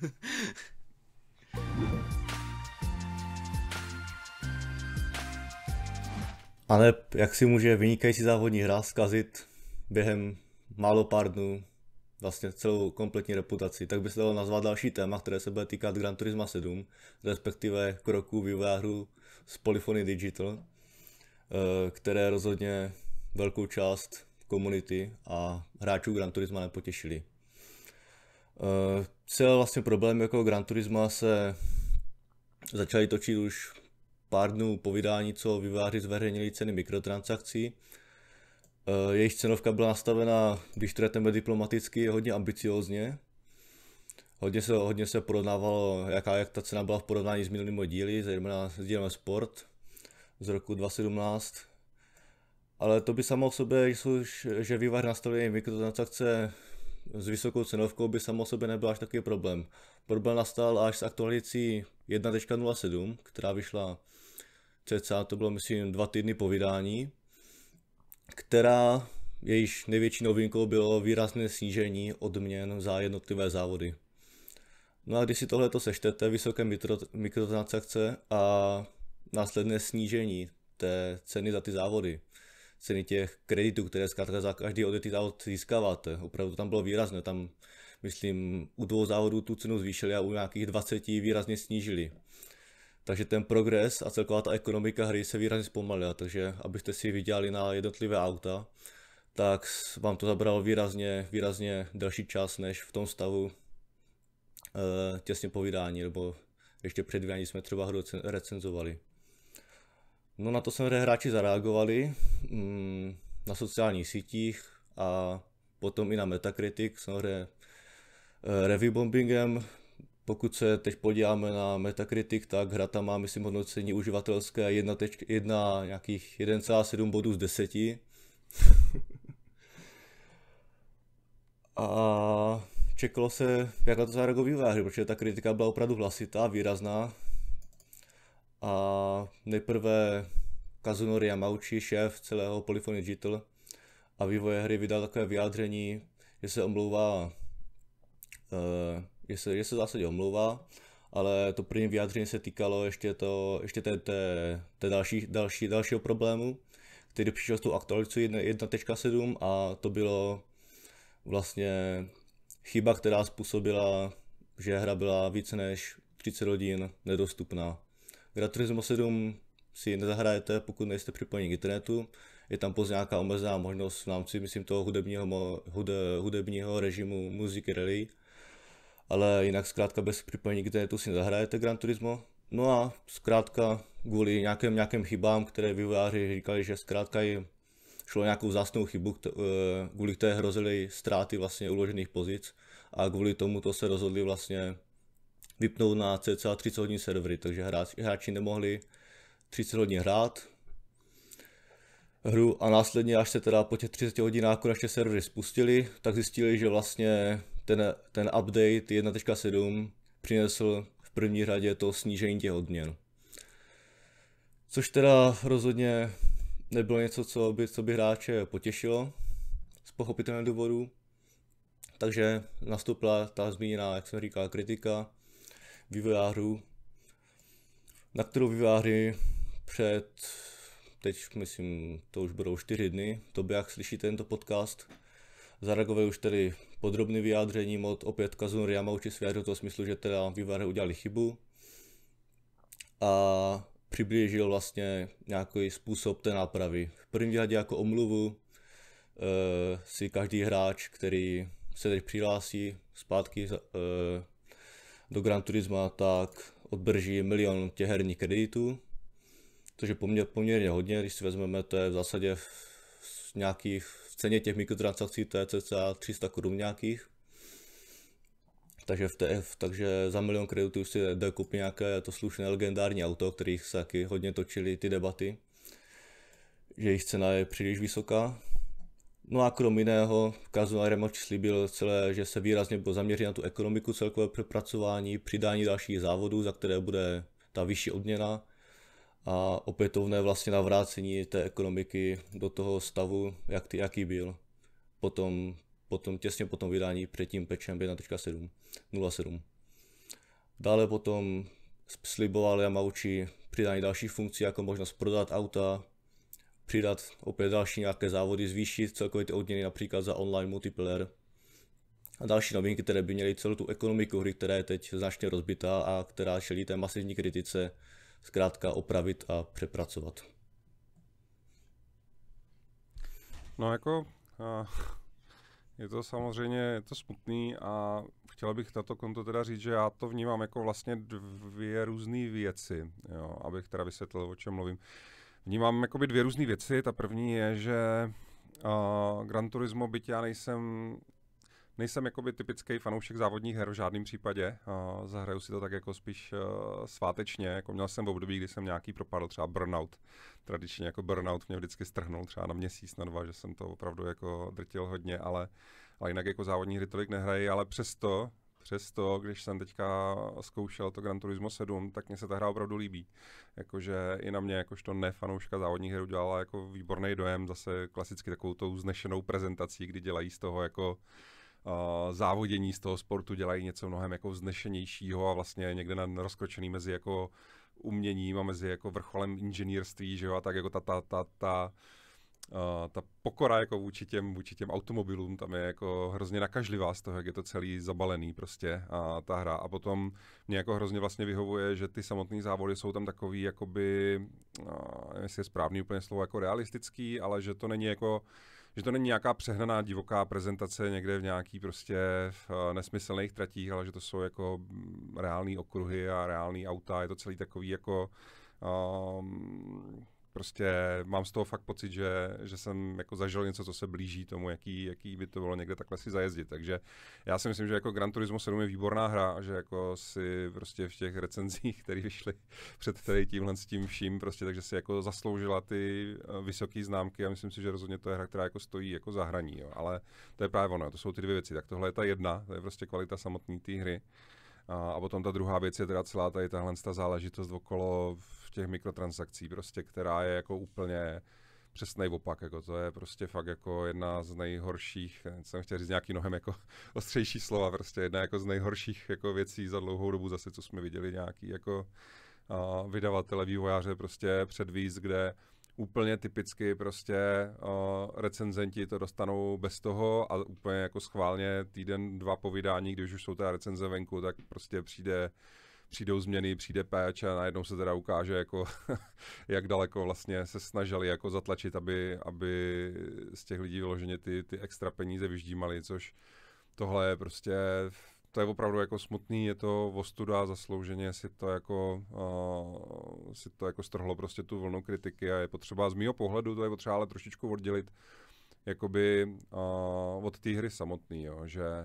Ale jak si může vynikající závodní hra zkazit během málo pár dnů vlastně celou kompletní reputaci, tak by se dalo nazvat další téma, které se bude týkat Gran Turismo sedm, respektive kroků vývojářů z Polyphony Digital, které rozhodně velkou část komunity a hráčů Gran Turisma nepotěšili. Celý vlastně problém jako Gran Turisma se začaly točit už pár dnů po vydání, co vývojáři zveřejnili ceny mikrotransakcí. Jejich cenovka byla nastavena, když to jdeme diplomaticky, hodně ambiciózně. Hodně se, hodně se porovnávalo, jaká jak ta cena byla v porovnání s minulými díly, zejména s dílem Sport z roku dva tisíce sedmnáct. Ale to by samo o sobě, že vývojáři nastavili mikrotransakce s vysokou cenovkou, by samo o sobě nebyl až takový problém. Problém nastal až s aktualizací jedna tečka nula sedm, která vyšla cca, to bylo myslím dva týdny po vydání, která jejíž největší novinkou bylo výrazné snížení odměn za jednotlivé závody. No a když si tohleto sečtete, vysoké mikrotransakce a následné snížení té ceny za ty závody, ceny těch kreditů, které zkrátka za každý odjetý závod získáváte, opravdu tam bylo výrazné, tam myslím u dvou závodů tu cenu zvýšili a u nějakých dvaceti výrazně snížili. Takže ten progres a celková ta ekonomika hry se výrazně zpomalila, takže abyste si vydělali na jednotlivé auta, tak vám to zabralo výrazně, výrazně delší čas než v tom stavu e, těsně po vydání, nebo ještě před vydáním jsme třeba hru recenzovali. No na to jsme hráči zareagovali mm, na sociálních sítích a potom i na Metacritic, samozřejmě e, review bombingem. Pokud se teď podíváme na Metacritic, tak hra tam má, myslím, hodnocení uživatelské jedna, nějakých jedna celá sedm bodů z deseti. A čekalo se, jak na to zareagují vývojáři, protože ta kritika byla opravdu hlasitá, výrazná. A nejprve Kazunori Yamauchi, šéf celého Polyphony Digital a vývoje hry, vydal takové vyjádření, že se omlouvá uh, že se, že se v zásadě omlouvá, ale to první vyjádření se týkalo ještě, to, ještě té, té, té další, další, dalšího problému, který přišel s tou aktualizací jedna tečka sedm a to bylo vlastně chyba, která způsobila, že hra byla více než třicet hodin nedostupná. Gran Turismo sedm si nezahrajete, pokud nejste připojeni k internetu, je tam pouze nějaká omezená možnost v rámci, myslím, toho hudebního, hude, hudebního režimu Music Rally, ale jinak zkrátka bez připojení k internetu si nezahrajete Gran Turismo. No a zkrátka kvůli nějakým, nějakým chybám, které vývojáři říkali, že zkrátka jim šlo nějakou zásnou chybu, kvůli které hrozily ztráty vlastně uložených pozic a kvůli tomu to se rozhodli vlastně vypnout na cca třicet hodin servery, takže hráči, hráči nemohli třicet hodin hrát hru a následně, až se teda po těch třiceti hodinách konečně servery spustili, tak zjistili, že vlastně ten, ten update jedna tečka sedm přinesl v první řadě to snížení těch odměn. Což teda rozhodně nebylo něco, co by, co by hráče potěšilo z pochopitelných důvodů. Takže nastoupila ta zmíněná, jak jsem říkal, kritika vývojářů, na kterou vývojáři před, teď myslím, to už budou čtyři dny, to by jak slyšíte tento podcast, zareagovali už tedy podrobným vyjádřením od opět Kazunori Yamauchi s vyjádřil v tom smyslu, že teda vývojáři udělali chybu a přiblížil vlastně nějaký způsob té nápravy. V první řadě jako omluvu e, si každý hráč, který se teď přihlásí zpátky e, do Gran Turisma, tak odbrží milion těch herních kreditů, což je poměr, poměrně hodně, když si vezmeme, to je v zásadě v, v nějakých v ceně těch mikrotransakcí, to je cca tři sta korun nějakých. Takže, v té, takže za milion kreditů si jde koupit nějaké to slušné legendární auto, o kterých se taky hodně točily ty debaty, že jejich cena je příliš vysoká. No a krom jiného, Kazunori Yamauchi slíbil celé, že se výrazně bude zaměřit na tu ekonomiku, celkové přepracování, přidání dalších závodů, za které bude ta vyšší odměna a opětovné vlastně navrácení té ekonomiky do toho stavu, jak ty, jaký byl po tom potom těsně po tom vydání před tím patchem jedna tečka sedm, nula sedm. Dále potom sliboval Yamauchi přidání dalších funkcí, jako možnost prodat auta, přidat opět další nějaké závody, zvýšit celkově ty odměny například za online multiplayer a další novinky, které by měly celou tu ekonomiku hry, která je teď značně rozbitá a která čelí té masivní kritice, zkrátka opravit a přepracovat. No jako, uh, je to samozřejmě je to smutný a chtěl bych na to konto teda říct, že já to vnímám jako vlastně dvě různé věci, jo, abych teda vysvětlil, o čem mluvím. Vnímám jakoby dvě různé věci. Ta první je, že uh, Gran Turismo, byť já nejsem, nejsem jakoby typický fanoušek závodních her v žádném případě. Uh, zahraju si to tak jako spíš uh, svátečně. Jako měl jsem v období, kdy jsem nějaký propadl, třeba Burnout. Tradičně jako Burnout mě vždycky strhnul třeba na měsíc, na dva, že jsem to opravdu jako drtil hodně, ale, ale jinak jako závodní hry tolik nehrají, ale přesto Přesto, když jsem teďka zkoušel to Gran Turismo sedm, tak mě se ta hra opravdu líbí. Jakože i na mě, jakožto nefanouška závodních her, udělala jako výborný dojem, zase klasicky takovou tou vznešenou prezentací, kdy dělají z toho jako uh, závodění z toho sportu, dělají něco mnohem jako vznešenějšího a vlastně někde na rozkročený mezi jako uměním a mezi jako vrcholem inženýrství, že jo, a tak jako ta, ta, ta, ta Uh, ta pokora jako vůči těm, vůči těm automobilům tam je jako hrozně nakažlivá z toho, jak je to celý zabalený prostě a ta hra. A potom mě jako hrozně vlastně vyhovuje, že ty samotné závody jsou tam takový jakoby, uh, nevím, jestli je správný úplně slovo, jako realistický, ale že to není jako, že to není nějaká přehnaná divoká prezentace někde v nějaký prostě v uh, nesmyslných tratích, ale že to jsou jako reální okruhy a reální auta, je to celý takový jako um, prostě mám z toho fakt pocit, že, že jsem jako zažil něco, co se blíží tomu, jaký, jaký by to bylo někde takhle si zajezdit. Takže já si myslím, že jako Gran Turismo sedm je výborná hra a že jako si prostě v těch recenzích, které vyšly před tady tímhle s tím vším, prostě, takže si jako zasloužila ty vysoké známky a myslím si, že rozhodně to je hra, která jako stojí jako za hraní, jo. Ale to je právě ono, to jsou ty dvě věci. Tak tohle je ta jedna, to je prostě kvalita samotné té hry. A, a potom ta druhá věc je teda celá tady tahle ta záležitost okolo v těch mikrotransakcí, prostě, která je jako úplně přesný opak, jako to je prostě fakt jako jedna z nejhorších, jsem chtěl říct nějaký mnohem jako ostřejší slova, prostě jedna jako z nejhorších jako věcí za dlouhou dobu zase, co jsme viděli nějaký jako a, vydavatele, vývojáře prostě předvíz, kde úplně typicky prostě uh, recenzenti to dostanou bez toho a úplně jako schválně týden, dva po vydání, když už jsou teda recenze venku, tak prostě přijde, přijdou změny, přijde patch a najednou se teda ukáže, jako, jak daleko vlastně se snažili jako zatlačit, aby, aby z těch lidí vyloženě ty, ty extra peníze vyždímali, což tohle je prostě, to je opravdu jako smutný, je to ostuda, zaslouženě si to jako, uh, si to jako strhlo prostě tu vlnu kritiky a je potřeba z mýho pohledu, to je potřeba ale trošičku oddělit jakoby uh, od té hry samotný, jo, že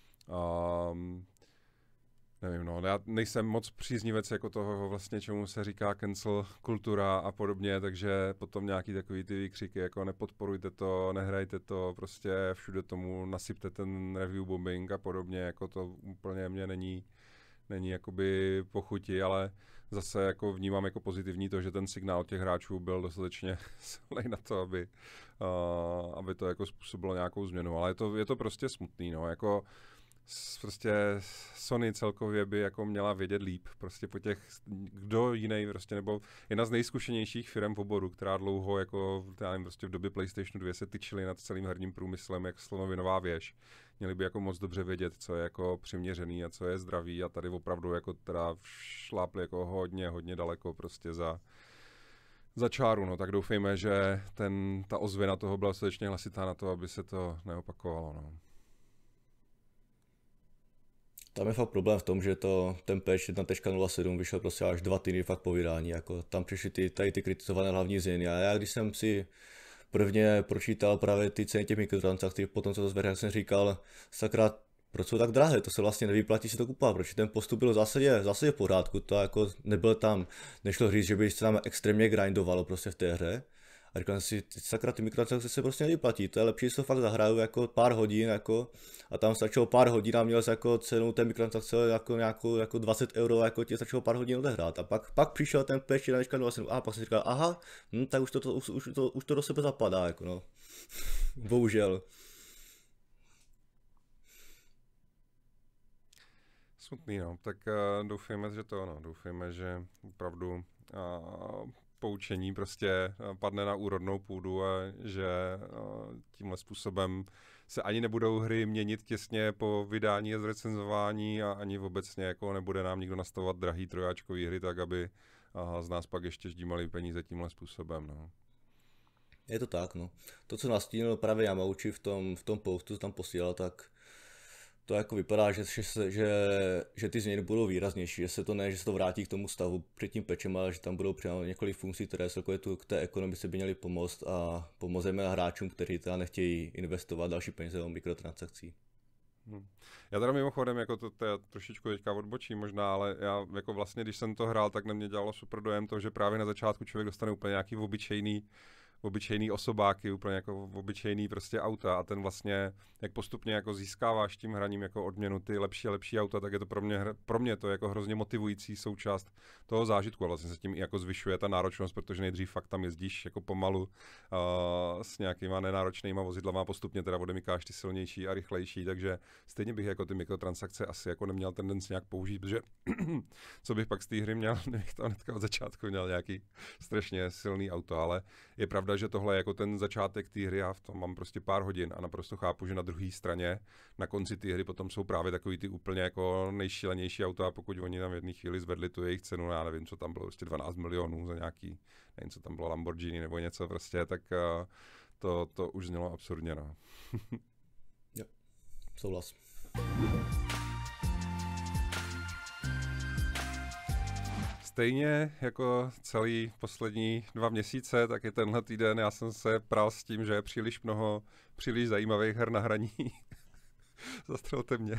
um, nevím, no, já nejsem moc příznivec jako toho vlastně, čemu se říká cancel kultura a podobně, takže potom nějaký takový ty výkřiky, jako nepodporujte to, nehrajte to, prostě všude tomu nasypte ten review bombing a podobně, jako to úplně mě není, není jakoby pochuti, ale zase jako vnímám jako pozitivní to, že ten signál těch hráčů byl dostatečně silný na to, aby, uh, aby to jako způsobilo nějakou změnu, ale je to, je to prostě smutný, no, jako prostě Sony celkově by jako měla vědět líp, prostě po těch, kdo jiný prostě, nebo jedna z nejzkušenějších firm v oboru, která dlouho jako, já nevím, prostě v době PlayStationu dva se tyčili nad celým herním průmyslem, jak slonovinová věž. Měli by jako moc dobře vědět, co je jako přiměřený a co je zdravý a tady opravdu jako teda šlápli jako hodně, hodně daleko prostě za za čáru, no, tak doufejme, že ten, ta ozvěna toho byla dostatečně hlasitá na to, aby se to neopakovalo, no. Tam je fakt problém v tom, že to, ten patch jedna tečka nula sedm vyšel prostě až dva týdny fakt po vydání, jako tam přišly ty, tady ty kritizované hlavní změny a já když jsem si prvně pročítal právě ty ceny těch mikrotransakcí, potom co to zveřejnil, jsem říkal, sakra, proč jsou tak drahé, to se vlastně nevyplatí si to kupovat, protože ten postup byl v zásadě, v zásadě v pořádku, to jako nebyl tam, nešlo říct, že by se tam extrémně grindovalo prostě v té hře. A říkám si, sakra, ty mikrotransakce se prostě nevyplatí, to je lepší, že to fakt zahraju jako pár hodin, jako, a tam stačilo pár hodin a měl jsi jako cenu té mikrotransakce jako nějakou jako dvacet euro, jako ti stačilo pár hodin odehrát. A pak, pak přišel ten patch jedna tečka nula sedm a pak jsem říkal, aha, hm, tak už to, to, už, už, to, už to do sebe zapadá, jako no. Bohužel. smutný, no. Tak uh, doufejme, že to, no. Doufejme, že opravdu uh, poučení prostě padne na úrodnou půdu a že uh, tímhle způsobem se ani nebudou hry měnit těsně po vydání a zrecenzování a ani obecně jako nebude nám nikdo nastavovat drahý trojáčkový hry tak, aby uh, z nás pak ještě ždímali peníze tímhle způsobem, no. Je to tak, no. To, co nastínil právě Yamauchi v tom, v tom postu, co tam posílal, tak to jako vypadá, že, že, že, že ty změny budou výraznější, že se to ne, že se to vrátí k tomu stavu před tím patchem, ale že tam budou přímo několik funkcí, které celkově tu, k té ekonomice by měly pomoct a pomozeme hráčům, kteří teda nechtějí investovat další peníze do mikrotransakcí. Hmm. Já teda mimochodem, jako to, to já trošičku teďka odbočím možná, ale já jako vlastně, když jsem to hrál, tak na mě dělalo super dojem to, že právě na začátku člověk dostane úplně nějaký obyčejný obyčejný osobáky, úplně jako obyčejný prostě auta a ten vlastně, jak postupně jako získáváš tím hraním jako odměnu ty lepší a lepší auta, tak je to pro mě, pro mě to je jako hrozně motivující součást toho zážitku a vlastně se tím i jako zvyšuje ta náročnost, protože nejdřív fakt tam jezdíš jako pomalu uh, s nějakýma nenáročnýma vozidlama a postupně teda odemykáš ty silnější a rychlejší, takže stejně bych jako ty mikrotransakce asi jako neměl tendenci nějak použít, protože co bych pak z té hry měl, nebych to hnedka od začátku měl nějaký strašně silný auto, ale je pravda, že tohle je jako ten začátek té hry, já v tom mám prostě pár hodin a naprosto chápu, že na druhé straně, na konci té hry potom jsou právě takový ty úplně jako nejšílenější auta a pokud oni tam v jedné chvíli zvedli tu jejich cenu, já nevím, co tam bylo, prostě dvanáct milionů za nějaký, nevím, co tam bylo, Lamborghini nebo něco prostě, tak uh, to, to už znělo absurdně, no. Jo, souhlas. Stejně jako celý poslední dva měsíce, tak je tenhle týden, já jsem se pral s tím, že je příliš mnoho, příliš zajímavých her na hraní. Zastřelte mě.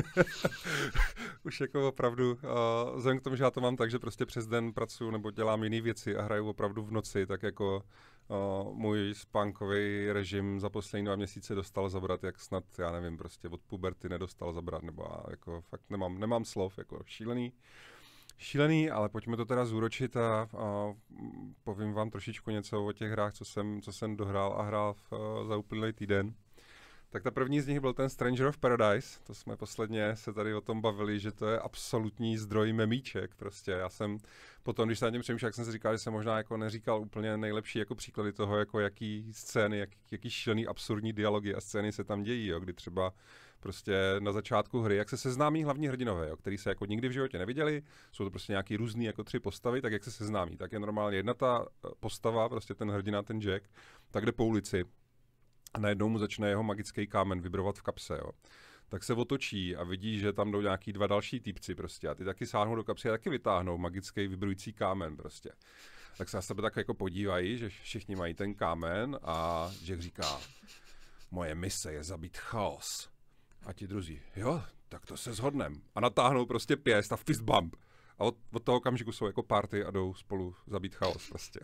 Už jako opravdu, uh, vzhledem k tomu, že já to mám tak, že prostě přes den pracuji nebo dělám jiné věci a hraju opravdu v noci, tak jako uh, můj spánkový režim za poslední dva měsíce dostal zabrat, jak snad, já nevím, prostě od puberty nedostal zabrat, nebo já jako fakt nemám, nemám slov, jako šílený. Šílený, ale pojďme to teda zúročit a, a povím vám trošičku něco o těch hrách, co jsem, co jsem dohrál a hrál v, za uplynulý týden. Tak ta první z nich byl ten Stranger of Paradise, to jsme posledně se tady o tom bavili, že to je absolutní zdroj memíček, prostě já jsem potom, když se na něm přemýšlel, jak jsem si říkal, že jsem možná jako neříkal úplně nejlepší jako příklady toho, jako jaký scény, jak, jaký šílený absurdní dialogy a scény se tam dějí, jo, kdy třeba prostě na začátku hry, jak se seznámí hlavní hrdinové, jo, který se jako nikdy v životě neviděli, jsou to prostě nějaký různý jako tři postavy, tak jak se seznámí, tak je normálně jedna ta postava, prostě ten hrdina, ten Jack, tak jde po ulici a najednou mu začne jeho magický kámen vibrovat v kapse, jo. Tak se otočí a vidí, že tam jdou nějaký dva další týpci prostě a ty taky sáhnou do kapsy a taky vytáhnou magický vibrující kámen prostě. Tak se na sebe tak jako podívají, že všichni mají ten kámen a Jack říká, moje mise je zabít chaos. A ti druzí, jo, tak to se shodnem. A natáhnou prostě pěst a fist bump. A od, od toho okamžiku jsou jako party a jdou spolu zabít chaos prostě.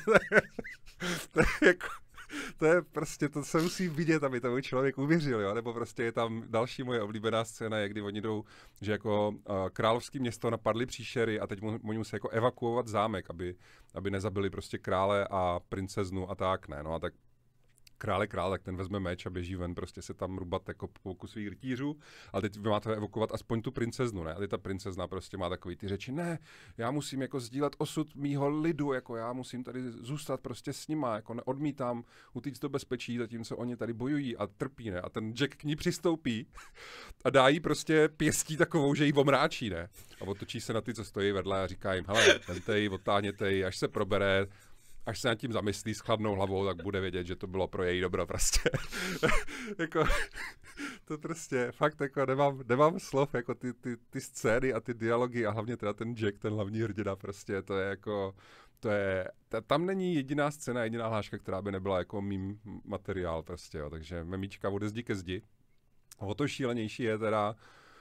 To je jako... To je prostě, to se musí vidět, aby tomu člověk uvěřil, jo? Nebo prostě je tam další moje oblíbená scéna, je kdy oni jdou, že jako uh, královský město napadly příšery a teď mu, oni musí jako evakuovat zámek, aby, aby nezabili prostě krále a princeznu a tak, ne, no a tak krále král, tak ten vezme meč a běží ven, prostě se tam rubat jako po boku svých rytířů, ale teď vy máte evokovat aspoň tu princeznu, ne? A teď ta princezna prostě má takový ty řeči, ne, já musím jako sdílet osud mýho lidu, jako já musím tady zůstat prostě s nima, jako neodmítám utíct do bezpečí, zatímco oni tady bojují a trpí, ne? A ten Jack k ní přistoupí a dá jí prostě pěstí takovou, že jí omráčí, ne? A otočí se na ty, co stojí vedle a říká jim, hele, vemte ji, odtáhněte ji, až se probere, až se nad tím zamyslí s chladnou hlavou, tak bude vědět, že to bylo pro její dobro prostě. Jako, to prostě, fakt jako nemám, nemám slov, jako ty, ty, ty scény a ty dialogy a hlavně teda ten Jack, ten hlavní hrdina prostě, to je jako, to je, ta, tam není jediná scéna, jediná hláška, která by nebyla jako mým materiál prostě, jo, takže memíčka ode zdi ke zdi. O to šílenější je teda,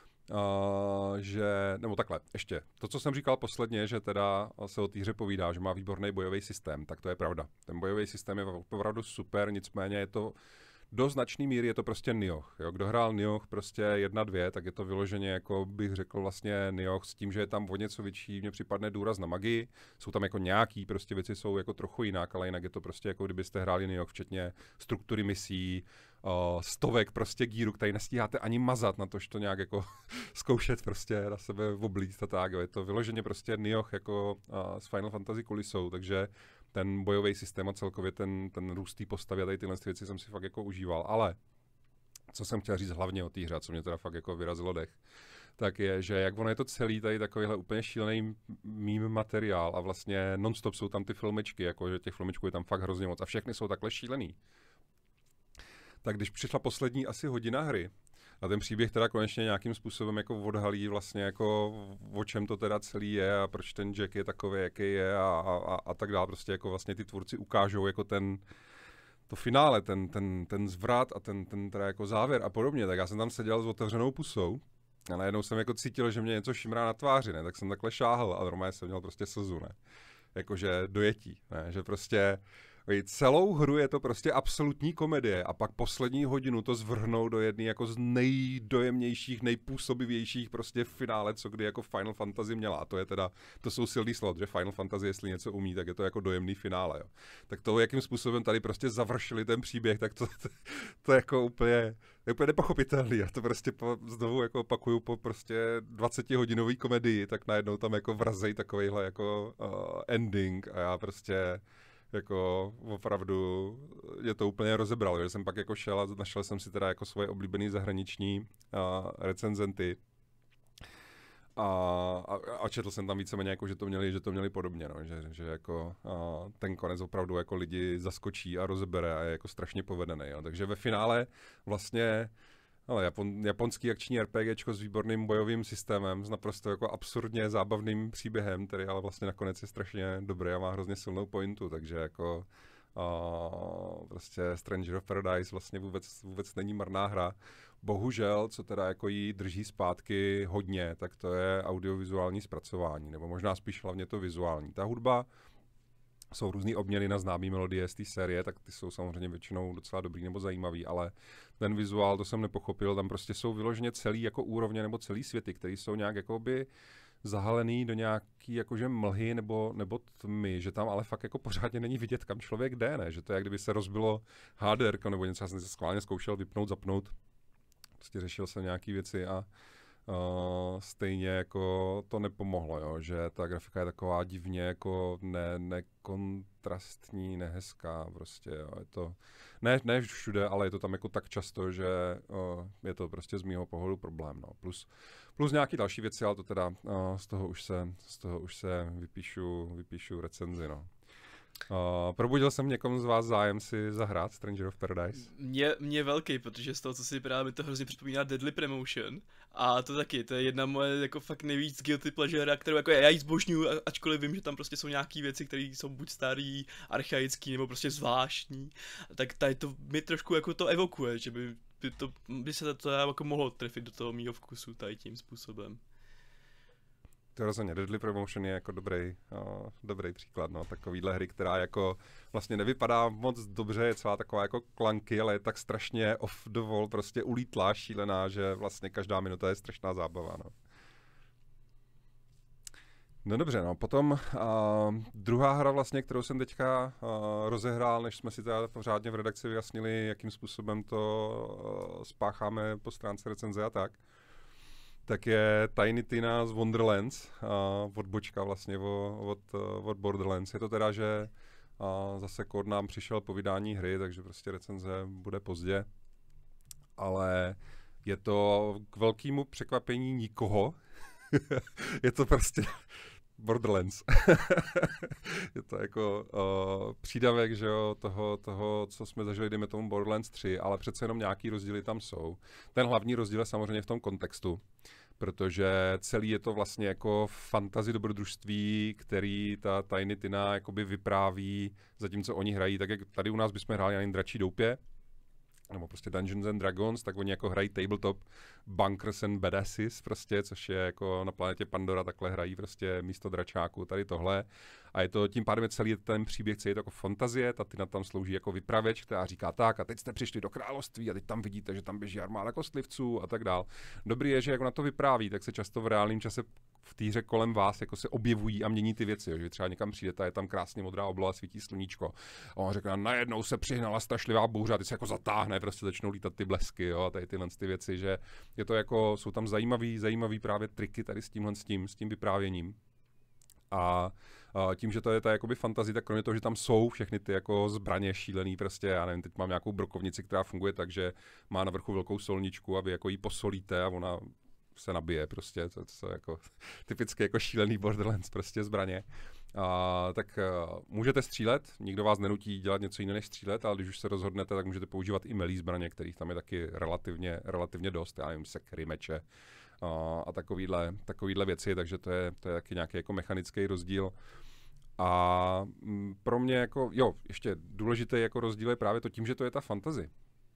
Uh, že, nebo takhle, ještě, to, co jsem říkal posledně, že teda se o té hře povídá, že má výborný bojový systém, tak to je pravda. Ten bojový systém je opravdu super, nicméně je to do značné míry je to prostě Nioh. Jo? Kdo hrál Nioh prostě jedna, dvě, tak je to vyloženě, jako bych řekl vlastně Nioh s tím, že je tam o něco větší, mně připadne důraz na magii. Jsou tam jako nějaký prostě věci, jsou jako trochu jinak, ale jinak je to prostě jako kdybyste hráli Nioh, včetně struktury misí, uh, stovek prostě gíru, který nestíháte ani mazat na to, že to nějak jako zkoušet prostě na sebe oblíct a tak. Jo? Je to vyloženě prostě Nioh jako uh, s Final Fantasy kulisou, takže ten bojový systém a celkově ten, ten růst té postavy a tady tyhle věci jsem si fakt jako užíval. Ale co jsem chtěl říct hlavně o té hře, co mě teda fakt jako vyrazilo dech, tak je, že jak ono je to celý tady takovýhle úplně šílený mým materiál a vlastně non-stop jsou tam ty filmečky, jako že těch filmečků je tam fakt hrozně moc a všechny jsou takhle šílený. Tak když přišla poslední asi hodina hry, a ten příběh teda konečně nějakým způsobem jako odhalí vlastně jako o čem to teda celý je a proč ten Jack je takový, jaký je a, a, a tak dále. Prostě jako vlastně ty tvůrci ukážou jako ten, to finále, ten, ten, ten zvrat a ten, ten teda jako závěr a podobně. Tak já jsem tam seděl s otevřenou pusou a najednou jsem jako cítil, že mě něco šimrá na tváři, ne? Tak jsem takhle šáhl a normálně jsem měl prostě slzu, ne? Jakože dojetí, ne? Že prostě celou hru je to prostě absolutní komedie a pak poslední hodinu to zvrhnou do jedné jako z nejdojemnějších, nejpůsobivějších prostě finále, co kdy jako Final Fantasy měla. A to je teda, to jsou silný slot, že Final Fantasy, jestli něco umí, tak je to jako dojemný finále, jo. Tak to, jakým způsobem tady prostě završili ten příběh, tak to, to, to je jako úplně, je úplně nepochopitelný. Já to prostě po, znovu jako opakuju po prostě dvacetihodinový komedii, tak najednou tam jako vrazej takovejhle jako uh, ending a já prostě jako opravdu je to úplně rozebral, že jsem pak jako šel a našel jsem si teda jako svoje oblíbený zahraniční uh, recenzenty a, a, a četl jsem tam víceméně jako, že to měli, že to měli podobně, no, že, že jako uh, ten konec opravdu jako lidi zaskočí a rozebere a je jako strašně povedený, jo. Takže ve finále vlastně ale Japon, japonský akční RPGčko s výborným bojovým systémem, s naprosto jako absurdně zábavným příběhem, který ale vlastně nakonec je strašně dobrý a má hrozně silnou pointu, takže jako uh, prostě Stranger of Paradise vlastně vůbec, vůbec není marná hra. Bohužel, co teda jako jí drží zpátky hodně, tak to je audiovizuální zpracování, nebo možná spíš hlavně to vizuální. Ta hudba jsou různý obměny na známý melodie z té série, tak ty jsou samozřejmě většinou docela dobrý nebo zajímavý, ale ten vizuál, to jsem nepochopil, tam prostě jsou vyloženě celý jako úrovně nebo celý světy, které jsou nějak jakoby zahalený do nějaký jakože mlhy nebo, nebo tmy, že tam ale fakt jako pořádně není vidět, kam člověk jde, ne? Že to je, jak kdyby se rozbilo há dé er nebo něco, já jsem se schválně zkoušel vypnout, zapnout, prostě řešil jsem nějaký věci a Uh, stejně jako to nepomohlo, jo, že ta grafika je taková divně jako ne, nekontrastní, nehezká prostě, jo, je to, ne, ne všude, ale je to tam jako tak často, že uh, je to prostě z mýho pohledu problém, no, plus, plus nějaký další věci, ale to teda uh, z toho už se, z toho už se vypíšu, vypíšu recenzi, no. Uh, probudil jsem někomu z vás zájem si zahrát Stranger of Paradise? Mě, mě velký, protože z toho, co si vypadá, mi to hrozně připomíná Deadly Premonition. A to taky, to je jedna moje jako fakt nejvíc guilty pleasure, kterou jako já jí zbožňuju, ačkoliv vím, že tam prostě jsou nějaký věci, které jsou buď starý, archaický, nebo prostě zvláštní. Tak tady to mi trošku jako to evokuje, že by, by, to, by se to jako mohlo trefit do toho mýho vkusu tady tím způsobem. To rozhodně, Deadly Premonition je jako dobrý, uh, dobrý příklad, no, takovýhle hry, která jako vlastně nevypadá moc dobře, je celá taková jako klanky, ale je tak strašně off the wall, prostě ulítlá, šílená, že vlastně každá minuta je strašná zábava, no. No dobře, no, potom uh, druhá hra vlastně, kterou jsem teďka uh, rozehrál, než jsme si teda pořádně v redakci vyjasnili, jakým způsobem to uh, spácháme po stránce recenze a tak, tak je Tiny Tina z Wonderlands, uh, odbočka vlastně o, od, uh, od Borderlands. Je to teda, že uh, zase kód nám přišel po vydání hry, takže prostě recenze bude pozdě. Ale je to k velkému překvapení nikoho. Je to prostě Borderlands. Je to jako uh, přídavek, že jo, toho, toho, co jsme zažili, dejme tomu Borderlands tři, ale přece jenom nějaký rozdíly tam jsou. Ten hlavní rozdíl je samozřejmě v tom kontextu, protože celý je to vlastně jako fantasy dobrodružství, který ta Tiny Tina jakoby vypráví, zatímco oni hrají, tak jak tady u nás bychom hráli na Dračí doupě, nebo prostě Dungeons and Dragons, tak oni jako hrají tabletop Bunkers and Badasses prostě, což je jako na planetě Pandora, takhle hrají prostě místo dračáku, tady tohle. A je to tím pádem je celý ten příběh, celý je to jako fantazie, ta Tina tam slouží jako vypravěč, která říká tak a teď jste přišli do království a teď tam vidíte, že tam běží armáda kostlivců a tak dál. Dobrý je, že jako na to vypráví, tak se často v reálném čase v té hře kolem vás jako se objevují a mění ty věci, jo, že vy třeba někam přijdete a je tam krásně modrá obloha, svítí sluníčko. A on řekne, najednou se přihnala strašlivá bouře a ty se jako zatáhne, prostě začnou lítat ty blesky, jo, a tady tyhle ty věci, že je to jako, jsou tam zajímavý, zajímavý právě triky tady s tímhle s tím, s tím vyprávěním. A a tím, že to je ta jakoby fantazie, tak kromě toho, že tam jsou všechny ty jako zbraně šílený prostě, já nevím, teď mám nějakou brokovnici, která funguje tak, že má na vrchu velkou solničku a vy jako jí posolíte a ona se nabije prostě, to, to jako typicky jako šílený Borderlands prostě zbraně. A, tak uh, můžete střílet, nikdo vás nenutí dělat něco jiného než střílet, ale když už se rozhodnete, tak můžete používat i melee zbraně, kterých tam je taky relativně, relativně dost, já nevím, sekery, meče uh, a takovýhle, takovýhle věci, takže to je, to je taky nějaký jako mechanický rozdíl. A m, pro mě jako, jo, ještě důležitý jako rozdíl je právě to tím, že to je ta fantasy.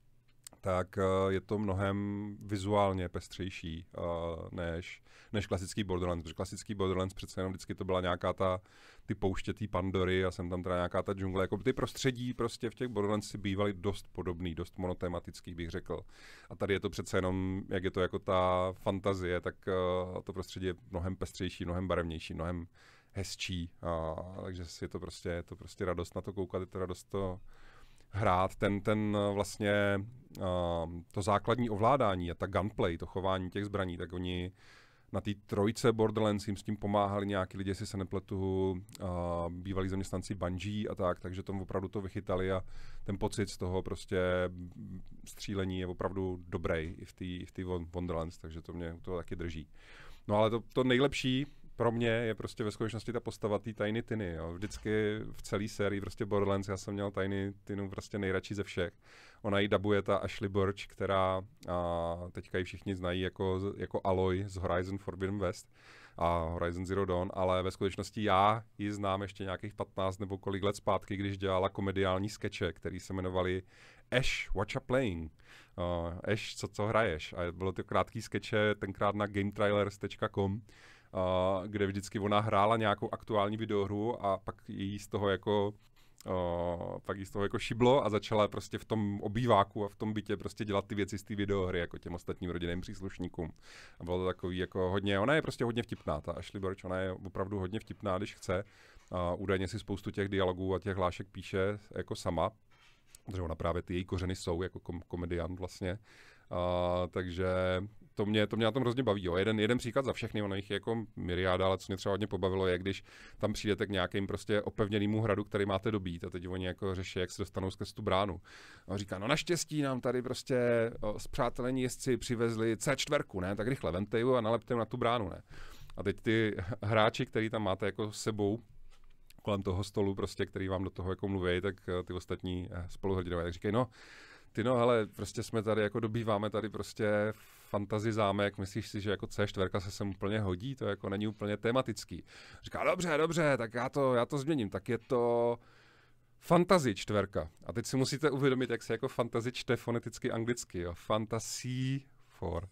Tak uh, je to mnohem vizuálně pestřejší uh, než, než klasický Borderlands, protože klasický Borderlands přece jenom vždycky to byla nějaká ta, ty pouště, ty Pandory a jsem tam teda nějaká ta džungle, jako ty prostředí prostě v těch Borderlands si bývaly dost podobný, dost monotematický bych řekl. A tady je to přece jenom, jak je to jako ta fantazie, tak uh, to prostředí je mnohem pestřejší, mnohem barevnější, mnohem hezčí, uh, takže je to prostě, je to prostě radost na to koukat, je to radost to hrát, ten, ten vlastně uh, to základní ovládání a ta gunplay, to chování těch zbraní, tak oni na té trojce Borderlands jim s tím pomáhali nějaký lidi, jestli se nepletu, uh, bývalí zaměstnanci Bungie a tak, takže tomu opravdu to vychytali a ten pocit z toho prostě střílení je opravdu dobrý i v té i v té Wonderlands, takže to mě to taky drží. No ale to, to nejlepší pro mě je prostě ve skutečnosti ta postava té Tiny Tiny, jo. Vždycky v celé sérii prostě Borderlands já jsem měl Tiny Tinu prostě nejradši ze všech. Ona ji dabuje ta Ashley Burch, která a, teďka ji všichni znají jako, jako Aloy z Horizon Forbidden West a Horizon Zero Dawn, ale ve skutečnosti já ji znám ještě nějakých patnáct nebo kolik let zpátky, když dělala komediální skeče, který se jmenovali Ash, what you playing? Uh, Ash, co, co hraješ? A bylo to krátký skeče tenkrát na gametrailers tečka com, Uh, kde vždycky ona hrála nějakou aktuální videohru a pak jí z toho jako uh, pak jí z toho jako šiblo a začala prostě v tom obýváku a v tom bytě prostě dělat ty věci z té videohry jako těm ostatním rodinným příslušníkům. A bylo to takový jako hodně, ona je prostě hodně vtipná, ta Ashley Burch, ona je opravdu hodně vtipná, když chce. Uh, údajně si spoustu těch dialogů a těch hlášek píše jako sama, protože ona právě ty její kořeny jsou jako kom- komediant vlastně. Uh, takže to mě, to mě na tom hrozně baví. Jo. Jeden, jeden příklad za všechny, ono jich je jako myriáda, ale co mě třeba hodně pobavilo je, když tam přijdete k nějakým prostě opevněnému hradu, který máte dobít a teď oni jako řeší, jak se dostanou skrz tu bránu. A on říká, no naštěstí nám tady prostě spřátelení jezdci přivezli C čtyři, ne, tak rychle vemte ju a nalepte ju na tu bránu, ne. A teď ty hráči, který tam máte jako s sebou, kolem toho stolu prostě, který vám do toho jako mluví, tak ty ostatní spoluhrdinové tak říkají, no, ty no, hele, prostě jsme tady, jako dobýváme tady prostě fantasy zámek, myslíš si, že jako C čtyři se sem úplně hodí, to jako není úplně tematický. Říká, dobře, dobře, tak já to, já to změním, tak je to fantasy čtverka. A teď si musíte uvědomit, jak se jako fantasy čte foneticky anglicky, jo, fantasy for.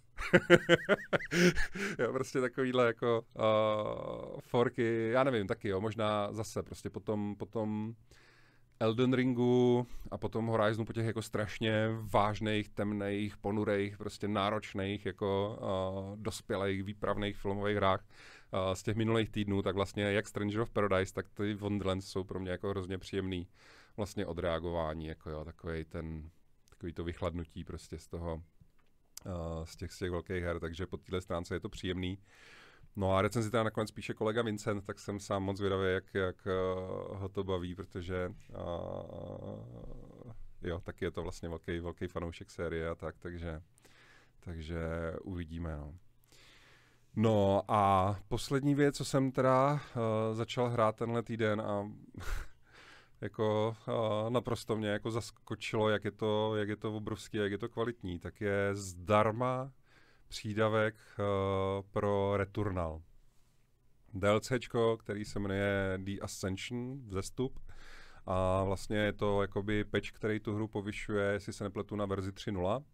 Jo, prostě takovýhle jako uh, forky, já nevím, taky jo, možná zase prostě potom, potom Elden Ringu a potom Horizonu po těch jako strašně vážných, temných, ponurých, prostě náročných, jako uh, dospělých, výpravných filmových hrách uh, z těch minulých týdnů, tak vlastně jak Stranger of Paradise, tak ty Wonderlands jsou pro mě jako hrozně příjemný vlastně odreagování, jako jo, takový ten, takový to vychladnutí prostě z toho, uh, z těch, z těch velkých her, takže po téhle stránce je to příjemný. No a recenzi teda nakonec píše kolega Vincent, tak jsem sám moc zvědavý, jak, jak uh, ho to baví, protože uh, jo, taky je to vlastně velký, velký fanoušek série a tak, takže, takže uvidíme, no. No a poslední věc, co jsem teda uh, začal hrát tenhle týden a jako uh, naprosto mě jako zaskočilo, jak je to, jak je to obrovský, jak je to kvalitní, tak je zdarma přídavek uh, pro Returnal. DLCčko, který se jmenuje The Ascension, vzestup. a vlastně je to jakoby patch, který tu hru povyšuje, jestli se nepletu, na verzi tři tečka nula.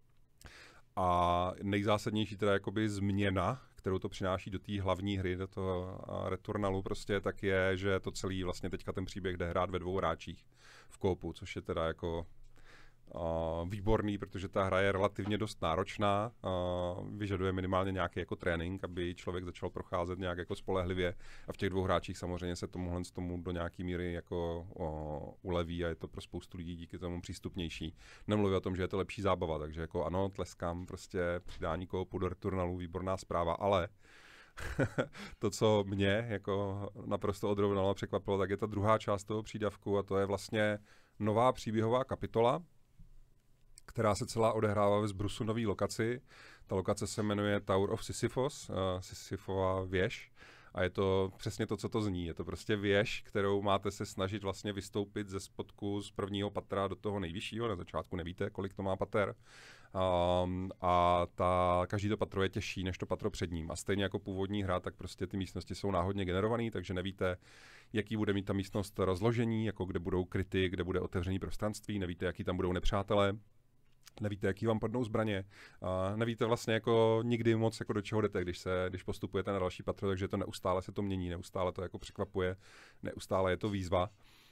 A nejzásadnější teda jakoby změna, kterou to přináší do té hlavní hry, do toho Returnalu prostě, tak je, že to celý vlastně teďka ten příběh jde hrát ve dvou hráčích v koupu, což je teda jako uh, výborný, protože ta hra je relativně dost náročná, uh, vyžaduje minimálně nějaký jako trénink, aby člověk začal procházet nějak jako spolehlivě a v těch dvou hráčích samozřejmě se tomuhle z tomu do nějaký míry jako uh, uleví a je to pro spoustu lidí díky tomu přístupnější. Nemluvím o tom, že je to lepší zábava, takže jako ano, tleskám, prostě přidání koupu do Returnalu, výborná zpráva, ale to, co mě jako naprosto odrovnalo a překvapilo, tak je ta druhá část toho přídavku a to je vlastně nová příběhová kapitola, která se celá odehrává ve Zbrusu nový lokaci. Ta lokace se jmenuje Tower of Sisyphos, uh, Sisyphova věž. A je to přesně to, co to zní. Je to prostě věž, kterou máte se snažit vlastně vystoupit ze spodku z prvního patra do toho nejvyššího. Na začátku nevíte, kolik to má pater. Um, a ta, každý to patro je těžší než to patro před ním. A stejně jako původní hra, tak prostě ty místnosti jsou náhodně generované, takže nevíte, jaký bude mít ta místnost rozložení, jako kde budou kryty, kde bude otevřený prostranství, nevíte, jaký tam budou nepřátelé. Nevíte, jaký vám padnou zbraně, a nevíte vlastně jako nikdy moc, jako do čeho jdete, když, se, když postupujete na další patro, takže to neustále se to mění, neustále to jako překvapuje, neustále je to výzva.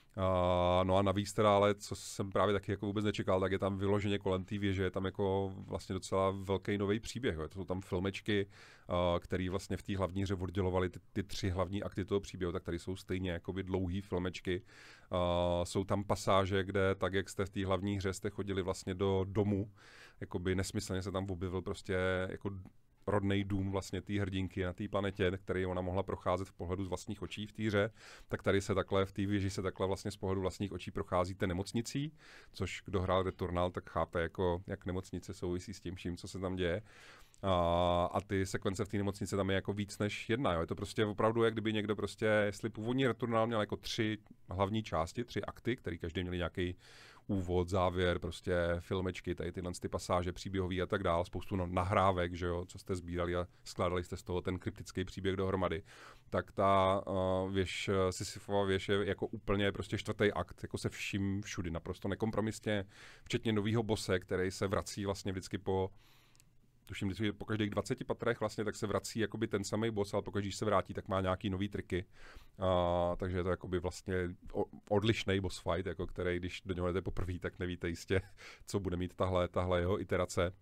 Uh, no a navíc teda, ale co jsem právě taky jako vůbec nečekal, tak je tam vyloženě kolem té věže, je tam jako vlastně docela velký nový příběh. Jo. To jsou tam filmečky, uh, které vlastně v té hlavní hře oddělovaly ty, ty tři hlavní akty toho příběhu, tak tady jsou stejně jakoby dlouhý filmečky. Uh, jsou tam pasáže, kde tak, jak jste v té hlavní hře jste chodili vlastně do domu, jakoby nesmyslně se tam objevil prostě jako rodnej dům vlastně té hrdinky na té planetě, který ona mohla procházet v pohledu z vlastních očí v té hře, tak tady se takhle v té věži se takhle vlastně z pohledu vlastních očí procházíte nemocnicí, což kdo hrál Returnal, tak chápe, jako, jak nemocnice souvisí s tím vším, co se tam děje. A, a ty sekvence v té nemocnici tam je jako víc než jedna. Jo. Je to prostě opravdu, jak kdyby někdo prostě, jestli původní Returnal měl jako tři hlavní části, tři akty, který každý měli nějaký úvod, závěr, prostě filmečky, tady tyhle ty pasáže příběhový a tak dál, spoustu no, nahrávek, že jo, co jste sbírali a skládali jste z toho ten kryptický příběh dohromady. Tak ta uh, věž, Sisyphova věž je jako úplně prostě čtvrtý akt, jako se vším všudy, naprosto nekompromisně, včetně novýho bose, který se vrací vlastně vždycky po tuším, když po každých dvaceti patrech vlastně, tak se vrací jakoby ten samý boss, ale pokud se vrátí, tak má nějaký nový triky. Uh, takže je to jakoby vlastně odlišný boss fight, jako který, když do něho jdete poprvé, tak nevíte jistě, co bude mít tahle, tahle jeho iterace.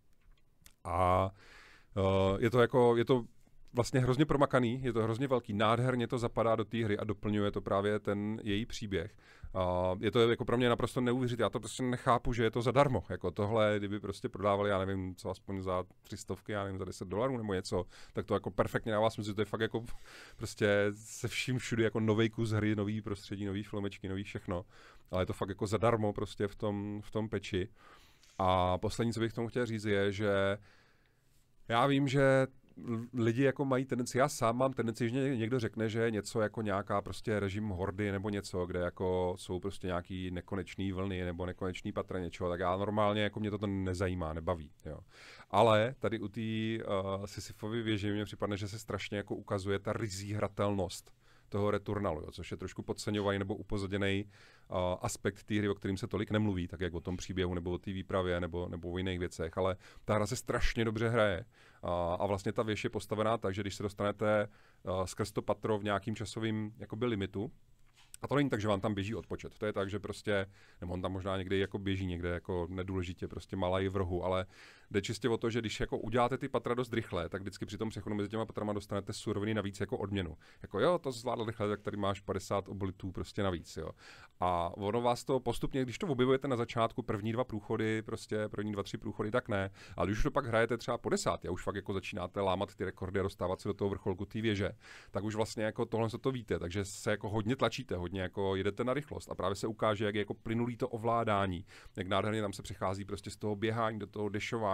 A uh, je to jako, je to vlastně hrozně promakaný, je to hrozně velký, nádherně to zapadá do té hry a doplňuje to právě ten její příběh. Uh, je to jako pro mě naprosto neuvěřitelné, já to prostě nechápu, že je to zadarmo. Jako tohle, kdyby prostě prodávali, já nevím, co aspoň za tři stovky, já nevím, za deset dolarů nebo něco, tak to jako perfektně dává smysl, to je fakt jako prostě se vším všude jako nový kus hry, nový prostředí, nový filmečky, nový všechno. Ale je to fakt jako zadarmo prostě v tom, v tom peči. A poslední, co bych tomu chtěl říct, je, že já vím, že lidi jako mají tendenci, já sám mám tendenci, že někdo řekne, že je něco jako nějaká prostě režim hordy nebo něco, kde jako jsou prostě nějaký nekonečný vlny nebo nekonečný patra něčeho, tak já normálně jako mě to nezajímá, nebaví, jo. Ale tady u té uh, Sisyfovy věže mě připadne, že se strašně jako ukazuje ta rizí hratelnost toho Returnalu, jo, což je trošku podceňovaný nebo upozaděný uh, aspekt té hry, o kterým se tolik nemluví, tak jak o tom příběhu nebo o té výpravě nebo, nebo o jiných věcech, ale ta hra se strašně dobře hraje uh, a vlastně ta věž je postavená tak, že když se dostanete uh, skrz to patro v nějakým časovým jakoby limitu, a to není tak, že vám tam běží odpočet. To je tak, že prostě, nebo on tam možná někde jako běží někde jako nedůležitě, prostě malá je v rohu, ale jde čistě o to, že když jako uděláte ty patra dost rychle, tak vždycky při tom přechodu mezi těma patrama dostanete suroviny navíc jako odměnu. Jako jo, to zvládl rychle, tak tady máš padesát oblitů prostě navíc, jo. A ono vás to postupně, když to objevujete na začátku, první dva průchody, prostě první dva, tři průchody, tak ne. Ale když už to pak hrajete třeba po desátý a už fakt jako začínáte lámat ty rekordy a dostávat se do toho vrcholku té věže, tak už vlastně jako tohle to víte, takže se jako hodně tlačíte, hodně jako jedete na rychlost a právě se ukáže, jak je jako plynulý to ovládání, jak nádherně tam se přechází prostě z toho běhání do toho dešování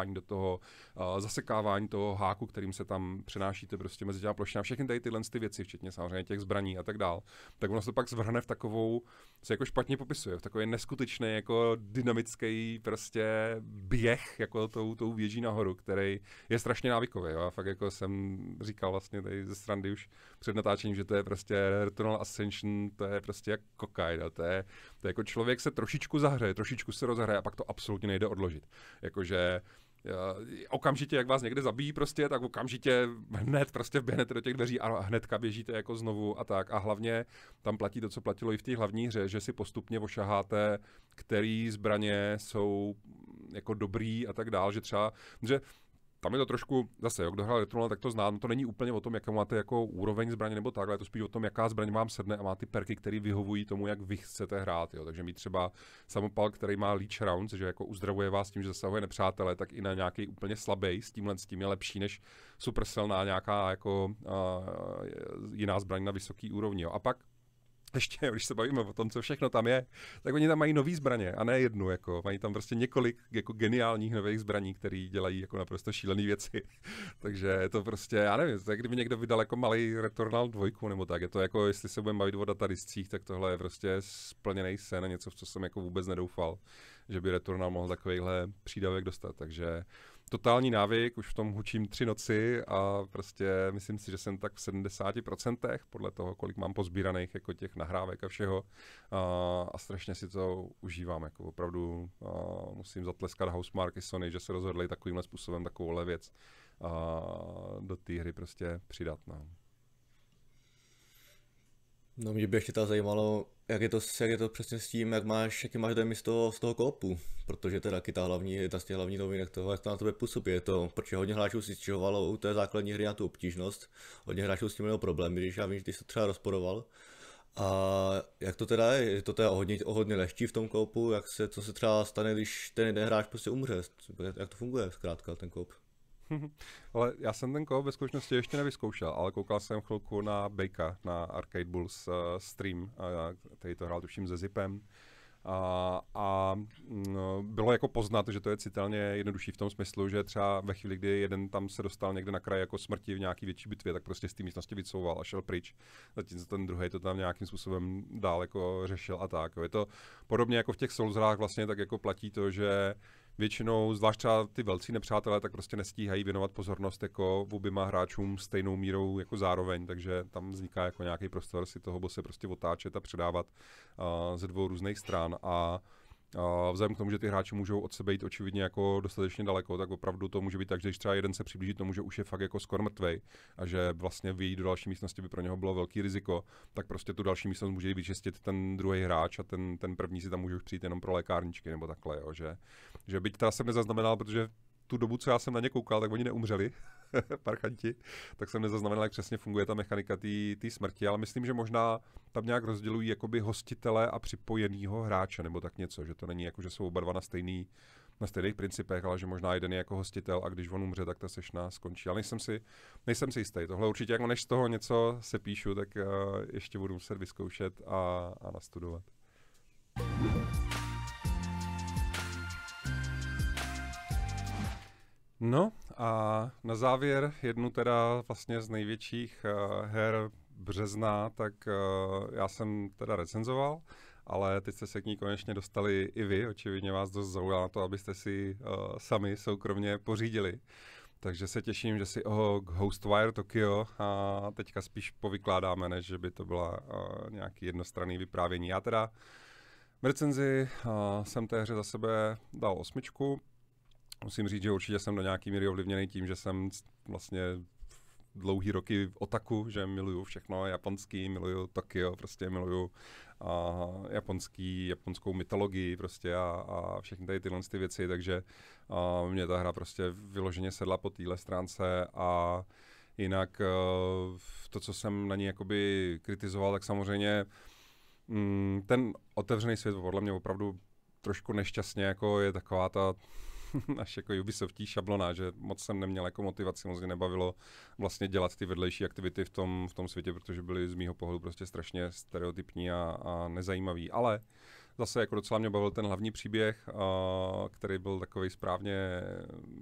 vstřebávání do toho, uh, zasekávání toho háku, kterým se tam přenášíte prostě mezi těma plošinami, všechny tady tyhle ty věci, včetně samozřejmě těch zbraní a tak dál, tak ono se to pak zvrhne v takovou, se jako špatně popisuje, v takový neskutečný jako dynamický prostě běh jako tou, tou věží nahoru, který je strašně návykový. Jo? A fakt jako jsem říkal vlastně tady ze srandy už před natáčením, že to je prostě Returnal Ascension, to je prostě jak kokain, to je, to je jako člověk se trošičku zahraje, trošičku se rozhraje a pak to absolutně nejde odložit. Jakože okamžitě, jak vás někde zabijí prostě, tak okamžitě hned prostě vběhnete do těch dveří a hnedka běžíte jako znovu a tak. A hlavně tam platí to, co platilo i v té hlavní hře, že si postupně ošaháte, který zbraně jsou jako dobrý a tak dál, že třeba, že tam je to trošku, zase, jo, kdo hrál Returnal, tak to zná, no to není úplně o tom, jakou máte jako úroveň zbraně nebo takhle, je to spíš o tom, jaká zbraň vám sedne a má ty perky, které vyhovují tomu, jak vy chcete hrát, jo. Takže mít třeba samopal, který má leech rounds, že jako uzdravuje vás tím, že zasahuje nepřátele, tak i na nějaký úplně slabý, s tímhle s tím je lepší než super silná nějaká jako uh, jiná zbraň na vysoký úrovni, jo. A pak ještě, když se bavíme o tom, co všechno tam je, tak oni tam mají nový zbraně a ne jednu, jako mají tam prostě několik jako geniálních nových zbraní, které dělají jako naprosto šílené věci. Takže je to prostě, já nevím, tak kdyby někdo vydal jako malý Returnal dvojku nebo tak, je to jako, jestli se budeme bavit o datadiscích, tak tohle je prostě splněný sen, něco, v co jsem jako vůbec nedoufal, že by Returnal mohl takovýhle přídavek dostat, takže totální návyk, už v tom hučím tři noci a prostě myslím si, že jsem tak v sedmdesáti procentech podle toho, kolik mám pozbíraných jako těch nahrávek a všeho a, a strašně si to užívám, jako opravdu a, musím zatleskat Housemarque i Sony, že se rozhodli takovýmhle způsobem takovouhle věc a, do té hry prostě přidat. No. No mě by ještě ta zajímalo, jak je to, jak je to přesně s tím, jak máš, jaký máš dojmy z toho, z toho koopu, protože to je taky ta hlavní, jedna z těch hlavních novinek toho, jak to na tebe působí, je to, protože hodně hráčů si stěžovalo u té základní hry na tu obtížnost, hodně hráčů s tím mělo problém, když já vím, že ty jsi to třeba rozporoval. A jak to teda je? Je to teda o hodně, o hodně lehčí v tom koopu, jak se, co se třeba stane, když ten jeden hráč prostě umře, jak to funguje zkrátka ten koop? Ale já jsem ten koop ve skutečnosti ještě nevyzkoušel, ale koukal jsem chvilku na Bejka, na Arcade Bulls uh, stream, uh, který to hrál tuším se Zipem. A, a no, bylo jako poznat, že to je citelně jednodušší v tom smyslu, že třeba ve chvíli, kdy jeden tam se dostal někde na kraj jako smrti v nějaký větší bitvě, tak prostě z té místnosti vycouval a šel pryč. Zatímco ten druhý to tam nějakým způsobem dál jako řešil a tak. Je to podobně jako v těch Souls hrách vlastně tak jako platí to, že většinou, zvlášť třeba ty velcí nepřátelé, tak prostě nestíhají věnovat pozornost jako oběma hráčům stejnou mírou jako zároveň, takže tam vzniká jako nějaký prostor si toho bose prostě otáčet a předávat uh, ze dvou různých stran a uh, vzhledem k tomu, že ty hráči můžou od sebe jít očividně jako dostatečně daleko, tak opravdu to může být tak, že když třeba jeden se přiblíží tomu, že už je fakt jako skoro mrtvej a že vlastně vyjít do další místnosti by pro něho bylo velký riziko, tak prostě tu další místnost může vyčistit ten druhý hráč a ten, ten první si tam může už přijít jenom pro lékárničky nebo takhle, jo, že, že byť teda jsem nezaznamenal, protože tu dobu, co já jsem na ně koukal, tak oni neumřeli, parchanti, tak jsem nezaznamenal, jak přesně funguje ta mechanika té smrti, ale myslím, že možná tam nějak rozdělují jakoby hostitele a připojenýho hráče, nebo tak něco, že to není jako, že jsou oba dva na stejný, na stejných principech, ale že možná jeden je jako hostitel a když on umře, tak ta sešna skončí. Ale nejsem si, nejsem si jistý. Tohle určitě, jako než z toho něco se píšu, tak uh, ještě budu muset vyzkoušet a, a nastudovat. No a na závěr jednu teda vlastně z největších uh, her března, tak uh, já jsem teda recenzoval, ale teď jste se k ní konečně dostali i vy, očividně vás dost zaujalo na to, abyste si uh, sami soukromně pořídili. Takže se těším, že si o Ghostwire Tokyo a teďka spíš povykládáme, než že by to byla uh, nějaký jednostranný vyprávění. Já teda v recenzi uh, jsem té hře za sebe dal osmičku. Musím říct, že určitě jsem do nějaký míry ovlivněný tím, že jsem vlastně dlouhý roky v otaku, že miluju všechno japonský, miluju Tokio, prostě miluju a, japonský, japonskou mytologii prostě a, a všechny tady tyhle ty věci, takže a, mě ta hra prostě vyloženě sedla po téhle stránce a jinak a, to, co jsem na ní jakoby kritizoval, tak samozřejmě m, ten otevřený svět podle mě opravdu trošku nešťastně jako je taková ta až jako Ubisoftí šablona, že moc jsem neměl jako motivaci, moc mě nebavilo vlastně dělat ty vedlejší aktivity v tom, v tom světě, protože byly z mýho pohledu prostě strašně stereotypní a, a nezajímavý, ale zase jako docela mě bavil ten hlavní příběh, a, který byl takový správně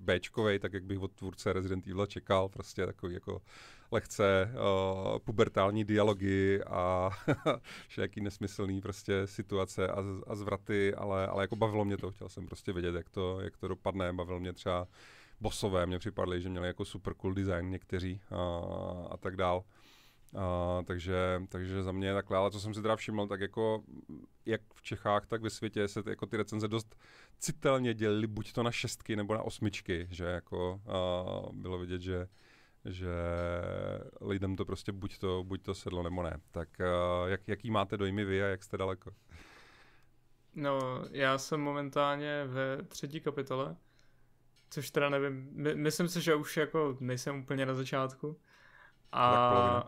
Bčkovej, tak jak bych od tvůrce Resident Evil čekal, prostě takový jako lehce uh, pubertální dialogy a všelijaký nesmyslný prostě situace a, a zvraty, ale, ale jako bavilo mě to, chtěl jsem prostě vědět, jak to, jak to dopadne, bavilo mě třeba bossové, mě připadly, že měli jako super cool design někteří a, a tak dál. Uh, takže, takže za mě takhle, ale co jsem si teda všiml, tak jako jak v Čechách, tak ve světě se jako ty recenze dost citelně dělily buď to na šestky nebo na osmičky, že jako uh, bylo vidět, že, že lidem to prostě buď to, buď to sedlo nebo ne. Tak uh, jak, jaký máte dojmy vy a jak jste daleko? No, já jsem momentálně ve třetí kapitole, což teda nevím, my, myslím si, že už jako nejsem úplně na začátku. A,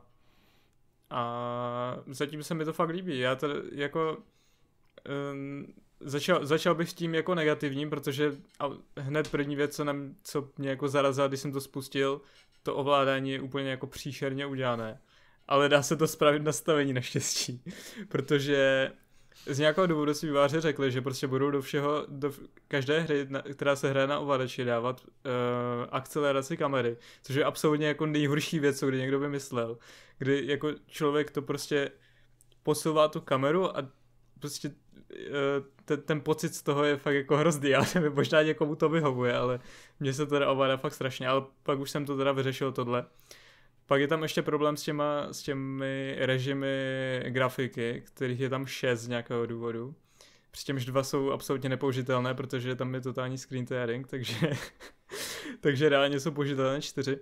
a zatím se mi to fakt líbí. Já to jako um, začal, začal bych s tím jako negativním, protože hned první věc, co, nám, co mě jako zarazila, když jsem to spustil, to ovládání je úplně jako příšerně udělané. Ale dá se to spravit nastavení naštěstí, protože z nějakého důvodu si vývojáři řekli, že prostě budou do všeho, do každé hry, která se hraje na ovladači, dávat uh, akceleraci kamery, což je absolutně jako nejhorší věc, co kdy někdo vymyslel. Kdy jako člověk to prostě posouvá tu kameru a prostě uh, ten, ten pocit z toho je fakt jako hrozný. Já nevím, možná někomu to vyhovuje, ale mně se to teda ovládá fakt strašně, ale pak už jsem to teda vyřešil tohle. Pak je tam ještě problém s, těma, s těmi režimy grafiky, kterých je tam šest z nějakého důvodu. Přičemž dva jsou absolutně nepoužitelné, protože tam je totální screen tearing, takže, takže reálně jsou použitelné čtyři.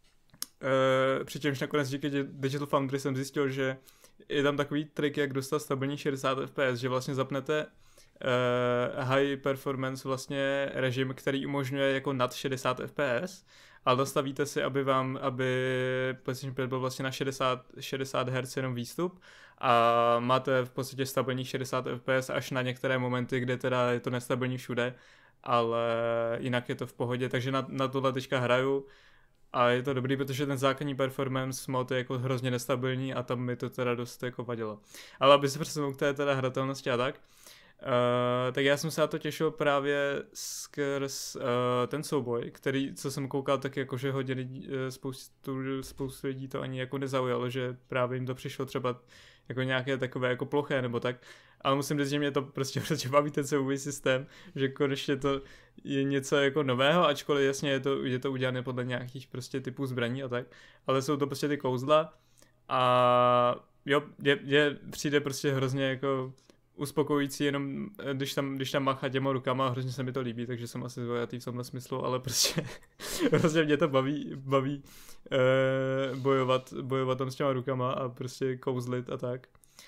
E, přičemž nakonec díky Digital Foundry jsem zjistil, že je tam takový trik, jak dostat stabilní šedesát F P S, že vlastně zapnete e, high performance vlastně režim, který umožňuje jako nad šedesát F P S, ale nastavíte si, aby vám, aby PlayStation pět byl vlastně na šedesát, šedesát hertzů jenom výstup a máte v podstatě stabilní šedesát F P S až na některé momenty, kde teda je to nestabilní všude, ale jinak je to v pohodě, takže na, na tohle teďka hraju a je to dobrý, protože ten základní performance mod je jako hrozně nestabilní a tam mi to teda dost jako vadilo. Ale aby se přesunul k té teda hratelnosti a tak, Uh, tak já jsem se na to těšil právě skrz uh, ten souboj, který, co jsem koukal, tak jakože hodně lidí, spoustu, spoustu lidí to ani jako nezaujalo, že právě jim to přišlo třeba jako nějaké takové jako ploché nebo tak, ale musím říct, že mě to prostě prostě baví ten souboj systém, že konečně to je něco jako nového, ačkoliv jasně je to, je to udělané podle nějakých prostě typů zbraní a tak, ale jsou to prostě ty kouzla a jo, je, je přijde prostě hrozně jako uspokojující jenom, když tam, když tam máchá těma rukama, hrozně se mi to líbí, takže jsem asi zvojatý v tomhle smyslu, ale prostě hrozně mě to baví, baví eh, bojovat, bojovat tam s těma rukama a prostě kouzlit a tak.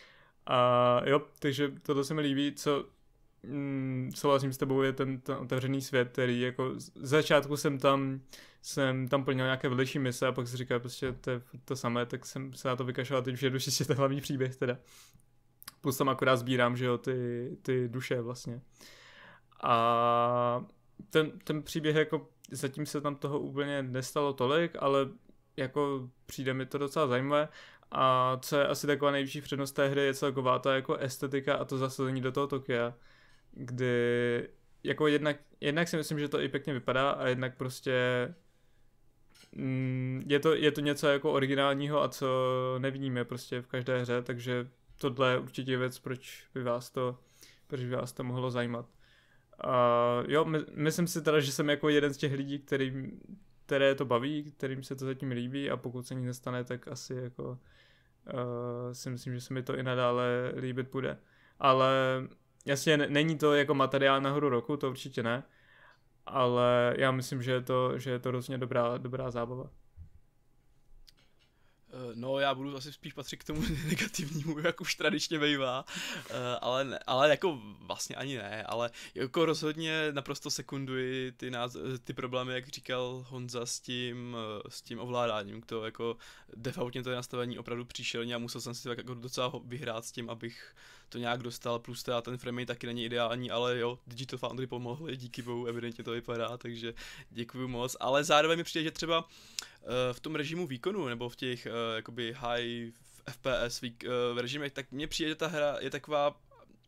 A jo, takže tohle se mi líbí, co mm, souhlasím s tebou, je ten, ten otevřený svět, který jako z začátku jsem tam jsem tam plnil nějaké vedlejší mise a pak si říkal prostě to je to samé, tak jsem se na to vykašlal a teď už jedu čistě ten hlavní příběh teda. Plus tam akorát sbírám, že jo, ty, ty duše vlastně. A ten, ten příběh jako, zatím se tam toho úplně nestalo tolik, ale jako přijde mi to docela zajímavé. A co je asi taková největší přednost té hry, je celková ta jako estetika a to zasazení do toho Tokia, kdy jako jednak, jednak si myslím, že to i pěkně vypadá a jednak prostě mm, je, to, je to něco jako originálního a co nevidíme prostě v každé hře, takže tohle je určitě věc, proč by vás to, proč by vás to mohlo zajímat. Uh, jo, my, myslím si teda, že jsem jako jeden z těch lidí, kterým, které to baví, kterým se to zatím líbí a pokud se nic nestane, tak asi jako uh, si myslím, že se mi to i nadále líbit bude. Ale jasně, n- není to jako materiál na hru roku, to určitě ne, ale já myslím, že je to, že je to rozhodně dobrá, dobrá zábava. No, já budu asi spíš patřit k tomu negativnímu, jak už tradičně bývá, ale, ne, ale jako vlastně ani ne, ale jako rozhodně naprosto sekunduji ty, náz- ty problémy, jak říkal Honza s tím, s tím ovládáním, to jako defaultně to je nastavení opravdu příšerně a musel jsem si tak jako docela vyhrát s tím, abych to nějak dostal, plus teda ten frame taky není ideální, ale jo, Digital Foundry pomohli, díky bohu, evidentně to vypadá, takže děkuju moc, ale zároveň mi přijde, že třeba uh, v tom režimu výkonu, nebo v těch uh, jakoby high F P S výk, uh, v režimech, tak mně přijde, že ta hra je taková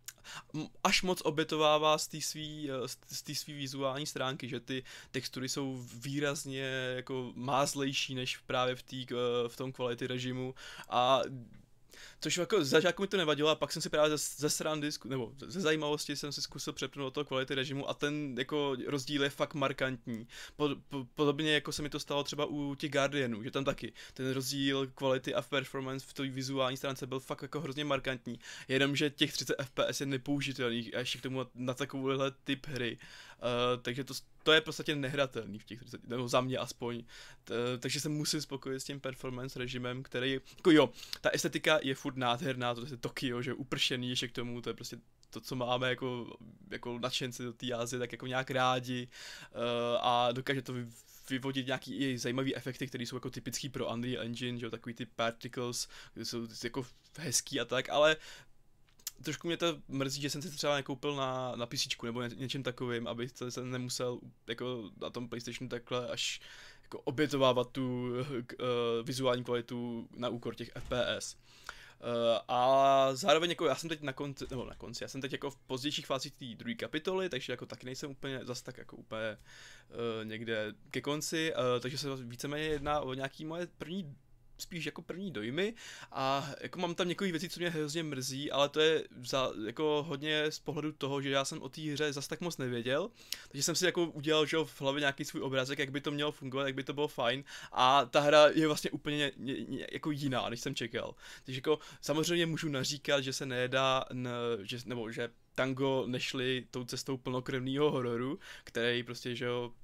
až moc obětovává z té svý, z té svý vizuální stránky, že ty textury jsou výrazně jako mázlejší než právě v, tý, v tom quality režimu a což jako začátku mi to nevadilo a pak jsem si právě ze, ze srandy, nebo ze zajímavosti jsem si zkusil přepnout do toho quality režimu a ten jako rozdíl je fakt markantní. Pod, po, podobně jako se mi to stalo třeba u těch Guardianů, že tam taky ten rozdíl quality a performance v té vizuální stránce byl fakt jako hrozně markantní. Jenomže těch třicet F P S je nepoužitelných a ještě k tomu na, na takovýhle typ hry. Uh, takže to, to je prostě nehratelný v těch třicet, nebo za mě aspoň. T, takže se musím spokojit s tím performance režimem, který, jako jo, ta estetika je furt nádherná, to je Tokio, že upršený ještě k tomu, to je prostě to, co máme jako, jako nadšenci do té Asie, tak jako nějak rádi uh, a dokáže to vy, vyvodit nějaký i zajímavý efekty, které jsou jako typický pro Unreal Engine, že jo, takový ty particles, které jsou jako hezký a tak, ale trošku mě to mrzí, že jsem si třeba nekoupil na, na PCčku nebo ně, něčem takovým, abych to se nemusel jako na tom PlayStationu takhle až jako obětovávat tu uh, vizuální kvalitu na úkor těch F P S. Uh, a zároveň jako já jsem teď na konci, nebo na konci, já jsem teď jako v pozdějších fázích té druhé kapitoly, takže jako taky nejsem úplně zas tak jako úplně uh, někde ke konci, uh, takže se víceméně jedná o nějaký moje první spíš jako první dojmy a jako mám tam několik věcí, co mě hrozně mrzí, ale to je za, jako hodně z pohledu toho, že já jsem o té hře zas tak moc nevěděl, takže jsem si jako udělal, že v hlavě nějaký svůj obrázek, jak by to mělo fungovat, jak by to bylo fajn a ta hra je vlastně úplně ně, ně, jako jiná, než jsem čekal. Takže jako samozřejmě můžu naříkat, že se nejedá, n, že, nebo že Tango nešli tou cestou plnokrevného hororu, který prostě, že jo,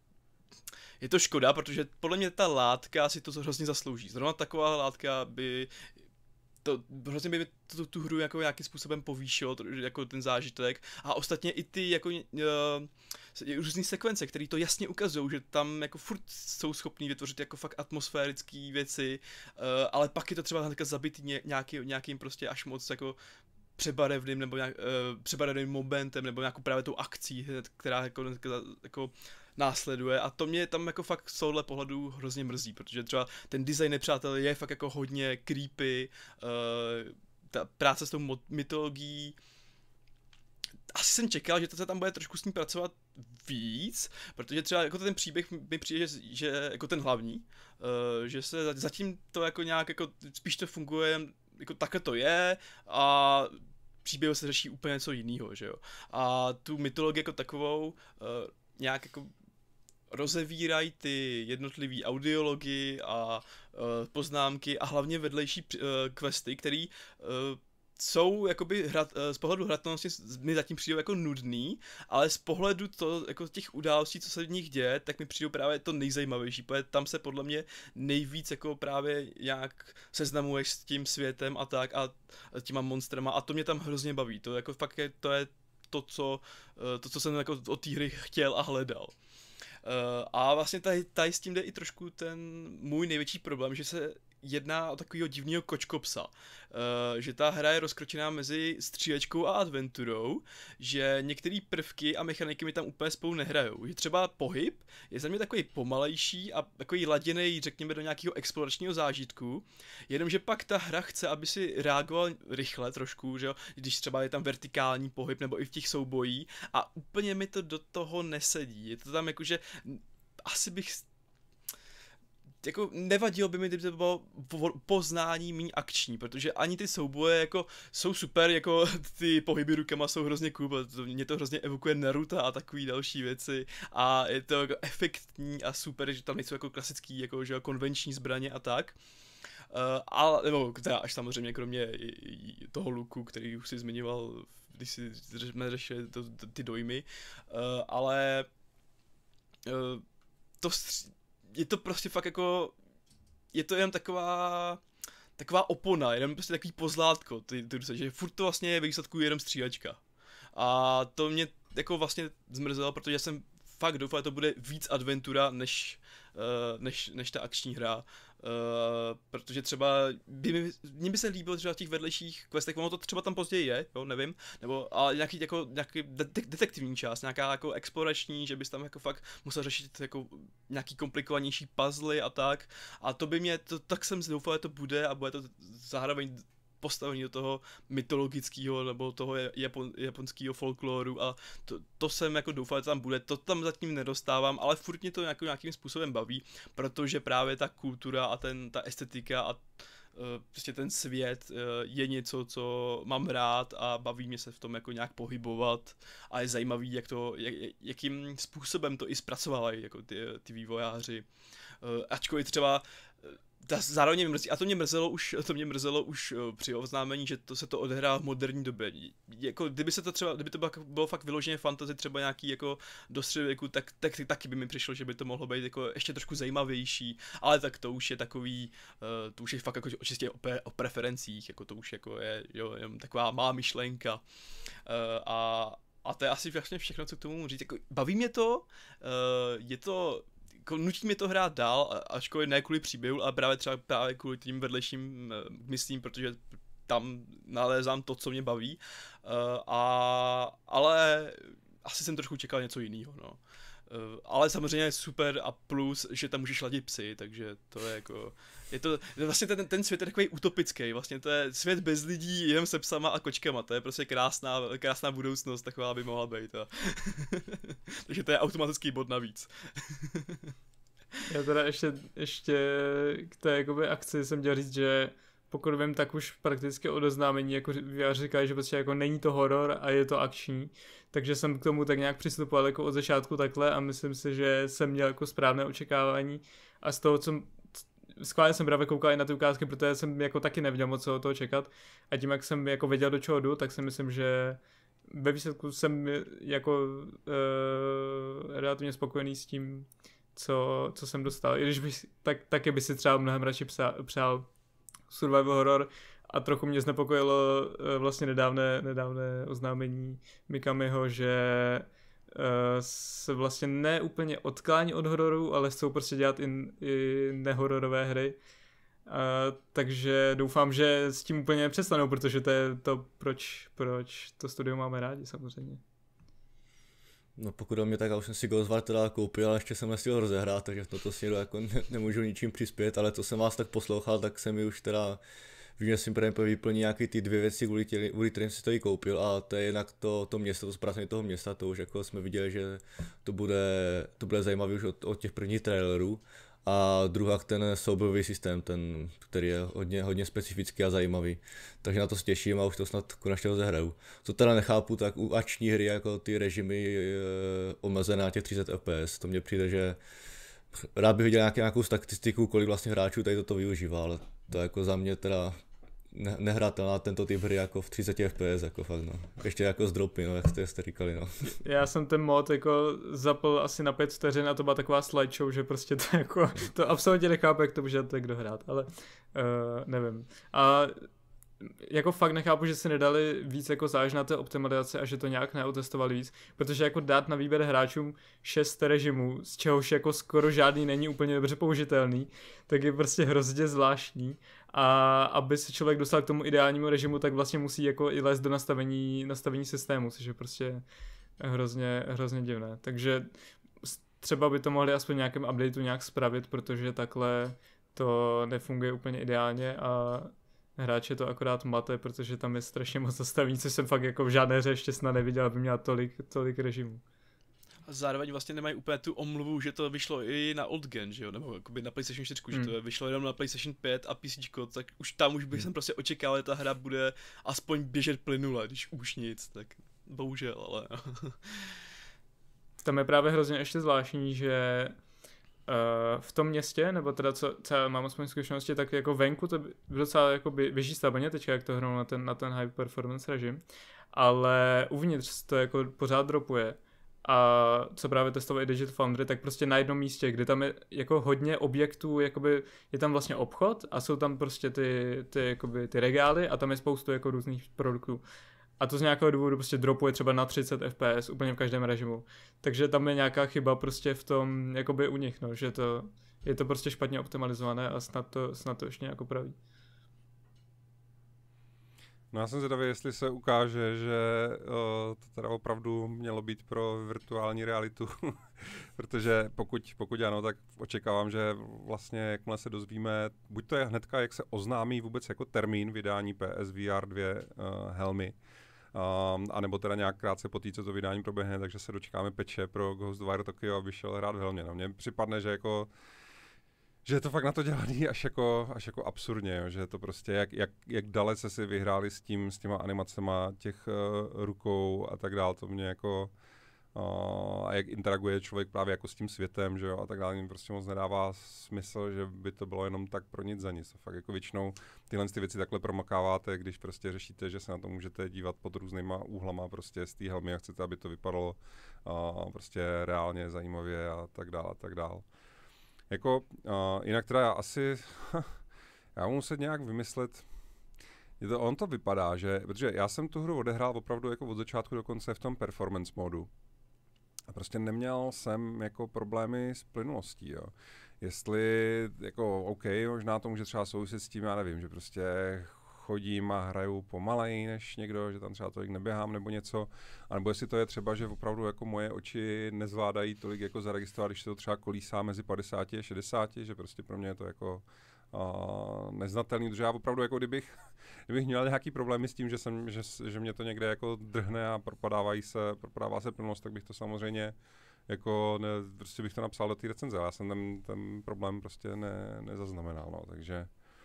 je to škoda, protože podle mě ta látka si to hrozně zaslouží. Zrovna taková látka by to hrozně by tu, tu hru jako nějakým způsobem povýšilo, jako ten zážitek. A ostatně i ty jako uh, různý sekvence, které to jasně ukazují, že tam jako furt jsou schopní vytvořit jako fakt atmosférické věci, uh, ale pak je to třeba zabitý nějaký, nějakým prostě až moc jako přebarevným nebo nějak, uh, přebarevným momentem nebo nějakou právě tou akcí, která jako, jako následuje a to mě tam jako fakt z tohohle pohledu hrozně mrzí, protože třeba ten design nepřátel je fakt jako hodně creepy, uh, ta práce s tou mytologií, asi jsem čekal, že to se tam bude trošku s ní pracovat víc, protože třeba jako ten příběh mi přijde, že, že jako ten hlavní, uh, že se zatím to jako nějak jako spíš to funguje, jako takhle to je a příběh se řeší úplně něco jiného, že jo. A tu mytologii jako takovou uh, nějak jako rozevírají ty jednotlivý audiology a uh, poznámky a hlavně vedlejší uh, questy, které uh, jsou jakoby hrat, uh, z pohledu hratelnosti mi zatím přijdou jako nudný, ale z pohledu to, jako těch událostí, co se v nich děje, tak mi přijdou právě to nejzajímavější, protože tam se podle mě nejvíc jako právě nějak seznamuješ s tím světem a tak a těma monstrama a to mě tam hrozně baví, to jako fakt je, to je to, co, uh, to, co jsem jako od té hry chtěl a hledal. Uh, a vlastně tady, tady s tím jde i trošku ten můj největší problém, že se jedná o takového divného kočkopsa. Uh, že ta hra je rozkročená mezi střílečkou a adventurou, že některé prvky a mechaniky mi tam úplně spolu nehrajou. Že třeba pohyb je za mě takový pomalejší a takový laděnej, řekněme, do nějakého exploračního zážitku, jenomže pak ta hra chce, aby si reagoval rychle trošku, že jo? Když třeba je tam vertikální pohyb nebo i v těch soubojích a úplně mi to do toho nesedí. Je to tam jakože asi bych jako nevadilo by mi, kdyby to bylo poznání méně akční, protože ani ty souboje jako jsou super, jako ty pohyby rukama jsou hrozně cool, to, mě to hrozně evokuje Naruto a takový další věci a je to jako efektní a super, že tam nejsou jako klasický, jako že konvenční zbraně a tak. Uh, ale, nebo teda až samozřejmě kromě toho luku, který už si zmiňoval, když si jsme řešili to, to, ty dojmy, uh, ale uh, to stři- je to prostě fakt jako, je to jen taková, taková opona, jenom prostě takový pozlátko, ty, ty, že furt to vlastně je výsledku jenom střílečka. A to mě jako vlastně zmrzelo, protože jsem fakt doufal, že to bude víc adventura, než, uh, než, než ta akční hra. Uh, protože třeba by mi, mně by se líbilo třeba v těch vedlejších questech, ono to třeba tam později je, jo, nevím, nebo ale nějaký jako nějaký de- detektivní část, nějaká jako explorační, že bys tam jako fakt musel řešit jako nějaký komplikovanější puzzly a tak, a to by mě, to, tak jsem si doufal, že to bude a bude to zároveň postavení do toho mytologického nebo toho japon, japonského folkloru a to, to jsem jako doufal, že tam bude, to tam zatím nedostávám, ale furt mě to nějakým, nějakým způsobem baví, protože právě ta kultura a ten, ta estetika a prostě ten svět je něco, co mám rád a baví mě se v tom jako nějak pohybovat a je zajímavý, jak to, jak, jakým způsobem to i zpracovávají jako ty, ty vývojáři. Ačkoliv třeba ta zároveň mě mrzí, a to mě mrzelo už, to mě mrzelo už při oznámení, že to se to odehrá v moderní době. Jako kdyby se to třeba, kdyby to bylo, bylo fakt vyloženě fantasy, třeba nějaký jako do středověku, tak, tak taky by mi přišlo, že by to mohlo být jako ještě trošku zajímavější, ale tak to už je takový, uh, to už je fakt jako čistě o, pre, o preferencích, jako to už jako je, jo, jenom taková má myšlenka. Uh, a A to je asi vlastně všechno, co k tomu můžu říct. Jako, baví mě to, uh, je to, jako, nutí mě to hrát dál, ačkoliv ne kvůli příběhu, ale právě třeba právě kvůli tím vedlejším uh, myslím, protože tam nalézám to, co mě baví. Uh, a, ale asi jsem trošku čekal něco jiného, no. Uh, ale samozřejmě je super a plus, že tam můžeš ladit psy, takže to je jako, je to, vlastně ten, ten svět je takový utopický, vlastně to je svět bez lidí, jenom se psama a kočkama, to je prostě krásná, krásná budoucnost, taková by mohla být. A takže to je automatický bod navíc. Já teda ještě, ještě k té jakoby akci jsem chtěl říct, že pokud vím, tak už prakticky od oznámení jako vývojáři říkají, že prostě jako není to horor a je to akční, takže jsem k tomu tak nějak přistupoval jako od začátku takhle a myslím si, že jsem měl jako správné očekávání a z toho, co skválně jsem právě koukal i na ty ukázky, protože jsem jako taky nevěděl moc co od toho čekat a tím, jak jsem jako věděl, do čeho jdu, tak si myslím, že ve výsledku jsem jako uh, relativně spokojený s tím, co, co jsem dostal, i když bych, tak, taky by si třeba mnohem radši psa, přál survival horror a trochu mě znepokojilo uh, vlastně nedávné, nedávné oznámení Mikamiho, že uh, se vlastně ne úplně odklání od hororu, ale chcou prostě dělat i, i nehororové hry. Uh, takže doufám, že s tím úplně nepřestanou, protože to je to, proč, proč to studio máme rádi samozřejmě. No pokud o mě, tak já už jsem si Ghostwire teda koupil, ale ještě jsem nestihl rozehrát, takže v tomto směru jako ne, nemůžu ničím přispět, ale co jsem vás tak poslouchal, tak se mi už teda vím, že jsem právě vyplnil nějaký ty dvě věci, kvůli, tě, kvůli kterým si to i koupil a to je jinak to, to město, to zpracování toho města, to už jako jsme viděli, že to bude, to bude zajímavé už od, od těch prvních trailerů. A druhá ten soubojový systém, ten, který je hodně, hodně specifický a zajímavý. Takže na to se těším a už to snad konečně rozehraju. Co teda nechápu, tak u akční hry jako ty režimy e, omezené na těch třicet F P S, to mně přijde, že rád bych viděl nějaký, nějakou statistiku, kolik vlastně hráčů tady toto využívá, ale to jako za mě teda ne, nehratelná tento typ hry jako v třicet F P S, jako fakt no. Ještě jako z dropy, no, jak jste, jste říkali, no. Já jsem ten mod jako zapl asi na pět vteřin a to byla taková slideshow, že prostě to jako, to absolutně nechápu, jak to může kdo hrát, ale uh, nevím. A jako fakt nechápu, že si nedali víc jako záležet na té optimalizaci a že to nějak neotestovali víc, protože jako dát na výběr hráčům šest režimů, z čehož jako skoro žádný není úplně dobře použitelný, tak je prostě hrozně zvláštní a aby se člověk dostal k tomu ideálnímu režimu, tak vlastně musí jako i lézt do nastavení, nastavení systému, což je prostě hrozně, hrozně divné. Takže třeba by to mohli aspoň v nějakém updateu nějak spravit, protože takhle to nefunguje úplně ideálně a hráče to akorát mate, protože tam je strašně moc nastavení, což jsem fakt jako v žádné hře ještě snad neviděl, aby měla tolik, tolik režimů. A zároveň vlastně nemají úplně tu omluvu, že to vyšlo i na old gen, že jo, nebo jakoby na PlayStation čtyři, mm. že to vyšlo jenom na PlayStation pět a PCčko, tak už tam už bych mm. jsem prostě očekával, že ta hra bude aspoň běžet plynule, když už nic, tak bohužel, ale tam je právě hrozně ještě zvláštní, že Uh, v tom městě, nebo teda co, co já mám aspoň zkušenosti, tak jako venku to docela jako běží stabilně teďka, jak to hrnou na ten, na ten high performance režim, ale uvnitř to jako pořád dropuje a co právě testovali Digital Foundry, tak prostě na jednom místě, kde tam je jako hodně objektů, jakoby je tam vlastně obchod a jsou tam prostě ty, ty, jakoby, ty regály a tam je spoustu jako různých produktů. A to z nějakého důvodu prostě dropuje třeba na třicet F P S úplně v každém režimu. Takže tam je nějaká chyba prostě v tom, jakoby u nich, no, že to, je to prostě špatně optimalizované a snad to, snad to ještě nějak opraví. No já jsem zvědavý, jestli se ukáže, že uh, to teda opravdu mělo být pro virtuální realitu, protože pokud, pokud ano, tak očekávám, že vlastně jakmile se dozvíme, buď to je hnedka, jak se oznámí vůbec jako termín vydání P S V R dva uh, helmy, Um, a nebo teda nějak krátce po té, co to vydání proběhne, takže se dočkáme peče pro Ghostwire Tokyo, aby šel hrát v helmě. No, mně připadne, že jako že je to fakt na to dělaný až jako, až jako absurdně, jo, že je to prostě jak, jak, jak dalece si vyhráli s tím, s těma animacema těch uh, rukou a tak dál, to mě jako uh, a jak interaguje člověk právě jako s tím světem, že jo, a tak dále, mi prostě moc nedává smysl, že by to bylo jenom tak pro nic za nic. Fakt jako většinou tyhle ty věci takhle promakáváte, když prostě řešíte, že se na to můžete dívat pod různýma úhlama prostě z té helmy a chcete, aby to vypadalo uh, prostě reálně, zajímavě a tak dále, a tak dále. Jako, uh, jinak teda já asi, já budu muset nějak vymyslet, je to, on to vypadá, že, protože já jsem tu hru odehrál opravdu jako od začátku do konce v tom performance modu. A prostě neměl jsem jako problémy s plynulostí, jo. Jestli, jako, OK, možná to může třeba souviset s tím, já nevím, že prostě chodím a hraju pomaleji než někdo, že tam třeba tolik neběhám nebo něco, anebo jestli to je třeba, že opravdu jako moje oči nezvládají tolik jako zaregistrovat, když se to třeba kolísá mezi padesáti a šedesáti, že prostě pro mě je to jako uh, neznatelný, protože já opravdu jako kdybych, kdybych měl nějaký problémy s tím, že, jsem, že, že mě to někde jako drhne a propadávají se, propadává se plnost, tak bych to samozřejmě jako, ne, prostě bych to napsal do té recenze, já jsem ten, ten problém prostě ne, nezaznamenal, no, takže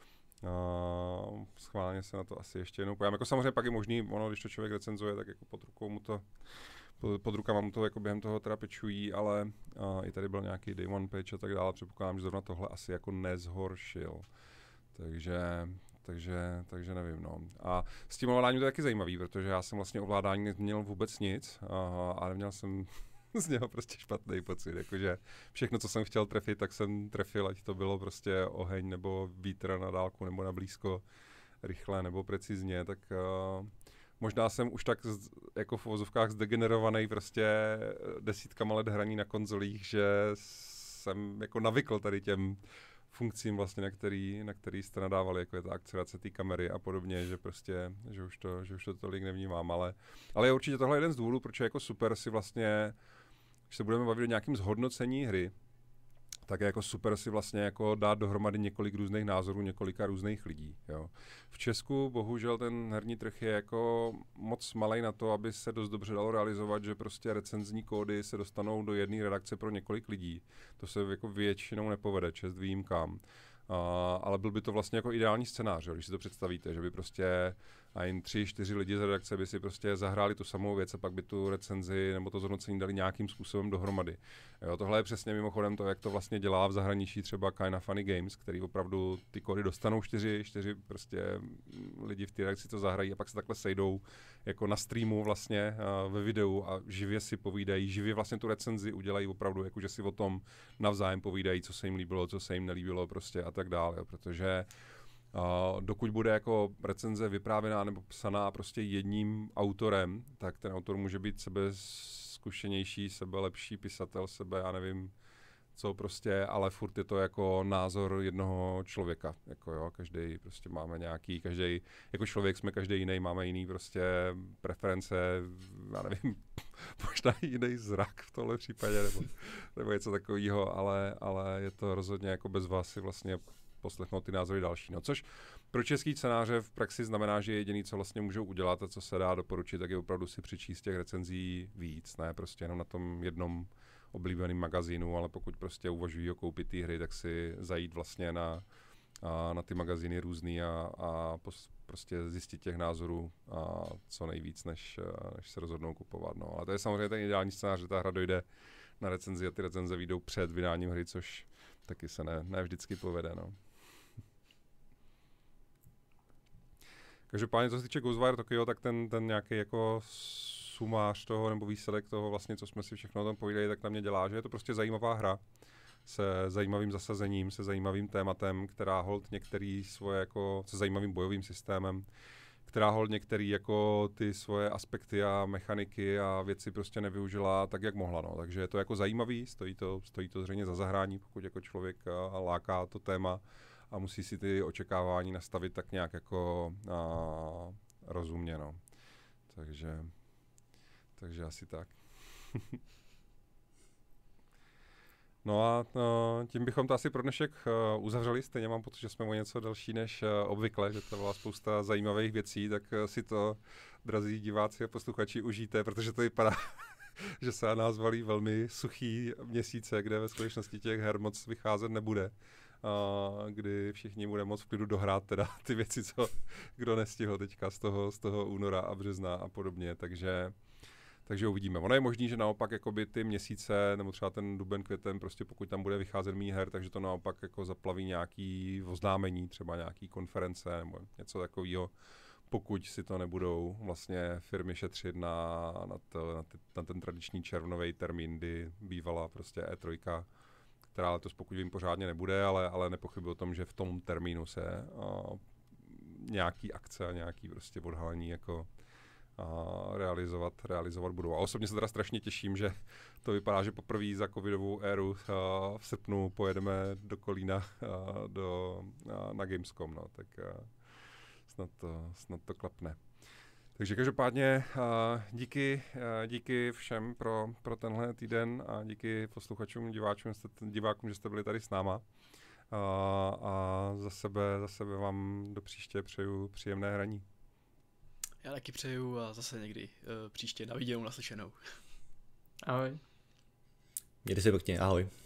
Uh, schválně se na to asi ještě jednou pojám. Jako samozřejmě pak je možný, ono, když to člověk recenzuje, tak jako pod rukou mu to, pod, pod rukama mu to jako během toho teda pečují, ale uh, i tady byl nějaký day one patch a tak dále, předpokládám, že zrovna tohle asi jako nezhoršil. Takže, takže, takže nevím, no. A s tím ovládáním to je taky zajímavý, protože já jsem vlastně ovládání neměl vůbec nic, uh, a neměl jsem z něho prostě špatný pocit, jakože všechno, co jsem chtěl trefit, tak jsem trefil, ať to bylo prostě oheň nebo vítr na dálku nebo na blízko, rychle nebo precizně, tak uh, možná jsem už tak z, jako v uvozovkách zdegenerovaný prostě desítkama let hraní na konzolích, že jsem jako navykl tady těm funkcím vlastně, na který, na který jste nadávali, jako je ta akcelerace té kamery a podobně, že prostě, že už to, že už to tolik nevnímám, ale, ale je určitě tohle jeden z důvodů, proč je jako super si vlastně, když se budeme bavit o nějakém zhodnocení hry, tak je jako super si vlastně jako dát dohromady několik různých názorů několika různých lidí. Jo. V Česku bohužel ten herní trh je jako moc malej na to, aby se dost dobře dalo realizovat, že prostě recenzní kódy se dostanou do jedné redakce pro několik lidí. To se jako většinou nepovede, čest výjimkám. Uh, ale byl by to vlastně jako ideální scénář, jo, když si to představíte, že by prostě a jen tři, čtyři lidi z redakce by si prostě zahráli tu samou věc a pak by tu recenzi nebo to zhodnocení dali nějakým způsobem dohromady. Jo, tohle je přesně mimochodem to, jak to vlastně dělá v zahraničí třeba Kinda Funny Games, který opravdu ty kódy dostanou čtyři, čtyři prostě lidi v té redakci to zahrají a pak se takhle sejdou jako na streamu vlastně uh, ve videu a živě si povídají, živě vlastně tu recenzi udělají opravdu, jako že si o tom navzájem povídají, co se jim líbilo, co se jim nelíbilo prostě a tak dále, jo, protože Uh, dokud bude jako recenze vyprávěná nebo psaná prostě jedním autorem, tak ten autor může být sebe zkušenější, sebe lepší pisatel, sebe, já nevím co prostě, ale furt je to jako názor jednoho člověka, jako jo, každý prostě máme nějaký, každý, jako člověk jsme každý jiný, máme jiný prostě preference, já nevím, možná jiný zrak v tomhle případě, nebo, nebo něco takového, ale, ale je to rozhodně jako bez vás si vlastně poslechnout ty názory další. No, což pro český scénáře v praxi znamená, že jediný, co vlastně můžou udělat a co se dá doporučit, tak je opravdu si přečíst těch recenzí víc, ne prostě jenom na tom jednom oblíbeném magazínu, ale pokud prostě uvažují o koupit ty hry, tak si zajít vlastně na, a, na ty magazíny různý a, a pos, prostě zjistit těch názorů a co nejvíc, než, než se rozhodnou kupovat. No. Ale to je samozřejmě ten ideální scénář, že ta hra dojde na recenzi a ty recenze vyjdou před vydáním hry, což taky se ne, ne vždycky povede. No. Každopádně, co se týče Ghostwire Tokyo, tak ten, ten nějaký jako sumář toho, nebo výsledek toho vlastně, co jsme si všechno o tom povídali, tak na mě dělá, že je to prostě zajímavá hra se zajímavým zasazením, se zajímavým tématem, která hold některý svoje jako, se zajímavým bojovým systémem, která hold některý jako ty svoje aspekty a mechaniky a věci prostě nevyužila tak, jak mohla, no. Takže je to jako zajímavý, stojí to, stojí to zřejmě za zahrání, pokud jako člověk a, a láká to téma a musí si ty očekávání nastavit tak nějak jako a, rozumně, no. Takže, takže asi tak. No a no, tím bychom to asi pro dnešek uh, uzavřeli, stejně mám pocit, že jsme o něco delší než uh, obvykle, že to byla spousta zajímavých věcí, tak uh, si to, drazí diváci a posluchači, užijte, protože to vypadá, že se na nás valí velmi suchý měsíce, kde ve skutečnosti těch her moc vycházet nebude, uh, kdy všichni bude moc v klidu dohrát teda ty věci, co kdo nestihl teďka z toho, z toho února a března a podobně, takže Takže uvidíme. Ono je možný, že naopak jakoby ty měsíce, nebo třeba ten duben, květen, prostě pokud tam bude vycházet méně her, takže to naopak jako zaplaví nějaký oznámení, třeba nějaký konference nebo něco takového, pokud si to nebudou vlastně firmy šetřit na, na, to, na, ty, na ten tradiční červnový termín, kdy bývala prostě E tři, která letos pokud vím pořádně nebude, ale, ale nepochybuji o tom, že v tom termínu se uh, nějaký akce a nějaký prostě odhalení jako a realizovat, realizovat budou. A osobně se teda strašně těším, že to vypadá, že poprvé za covidovou éru v srpnu pojedeme do Kolína do, na Gamescom, no, tak snad to, snad to klapne. Takže každopádně díky, díky všem pro, pro tenhle týden a díky posluchačům, diváčům, divákům, že jste byli tady s náma. A, a za sebe, za sebe vám do příště přeju příjemné hraní. Já taky přeju a zase někdy uh, příště na viděnou, naslyšenou. Ahoj. Mějte se pěkně, ahoj.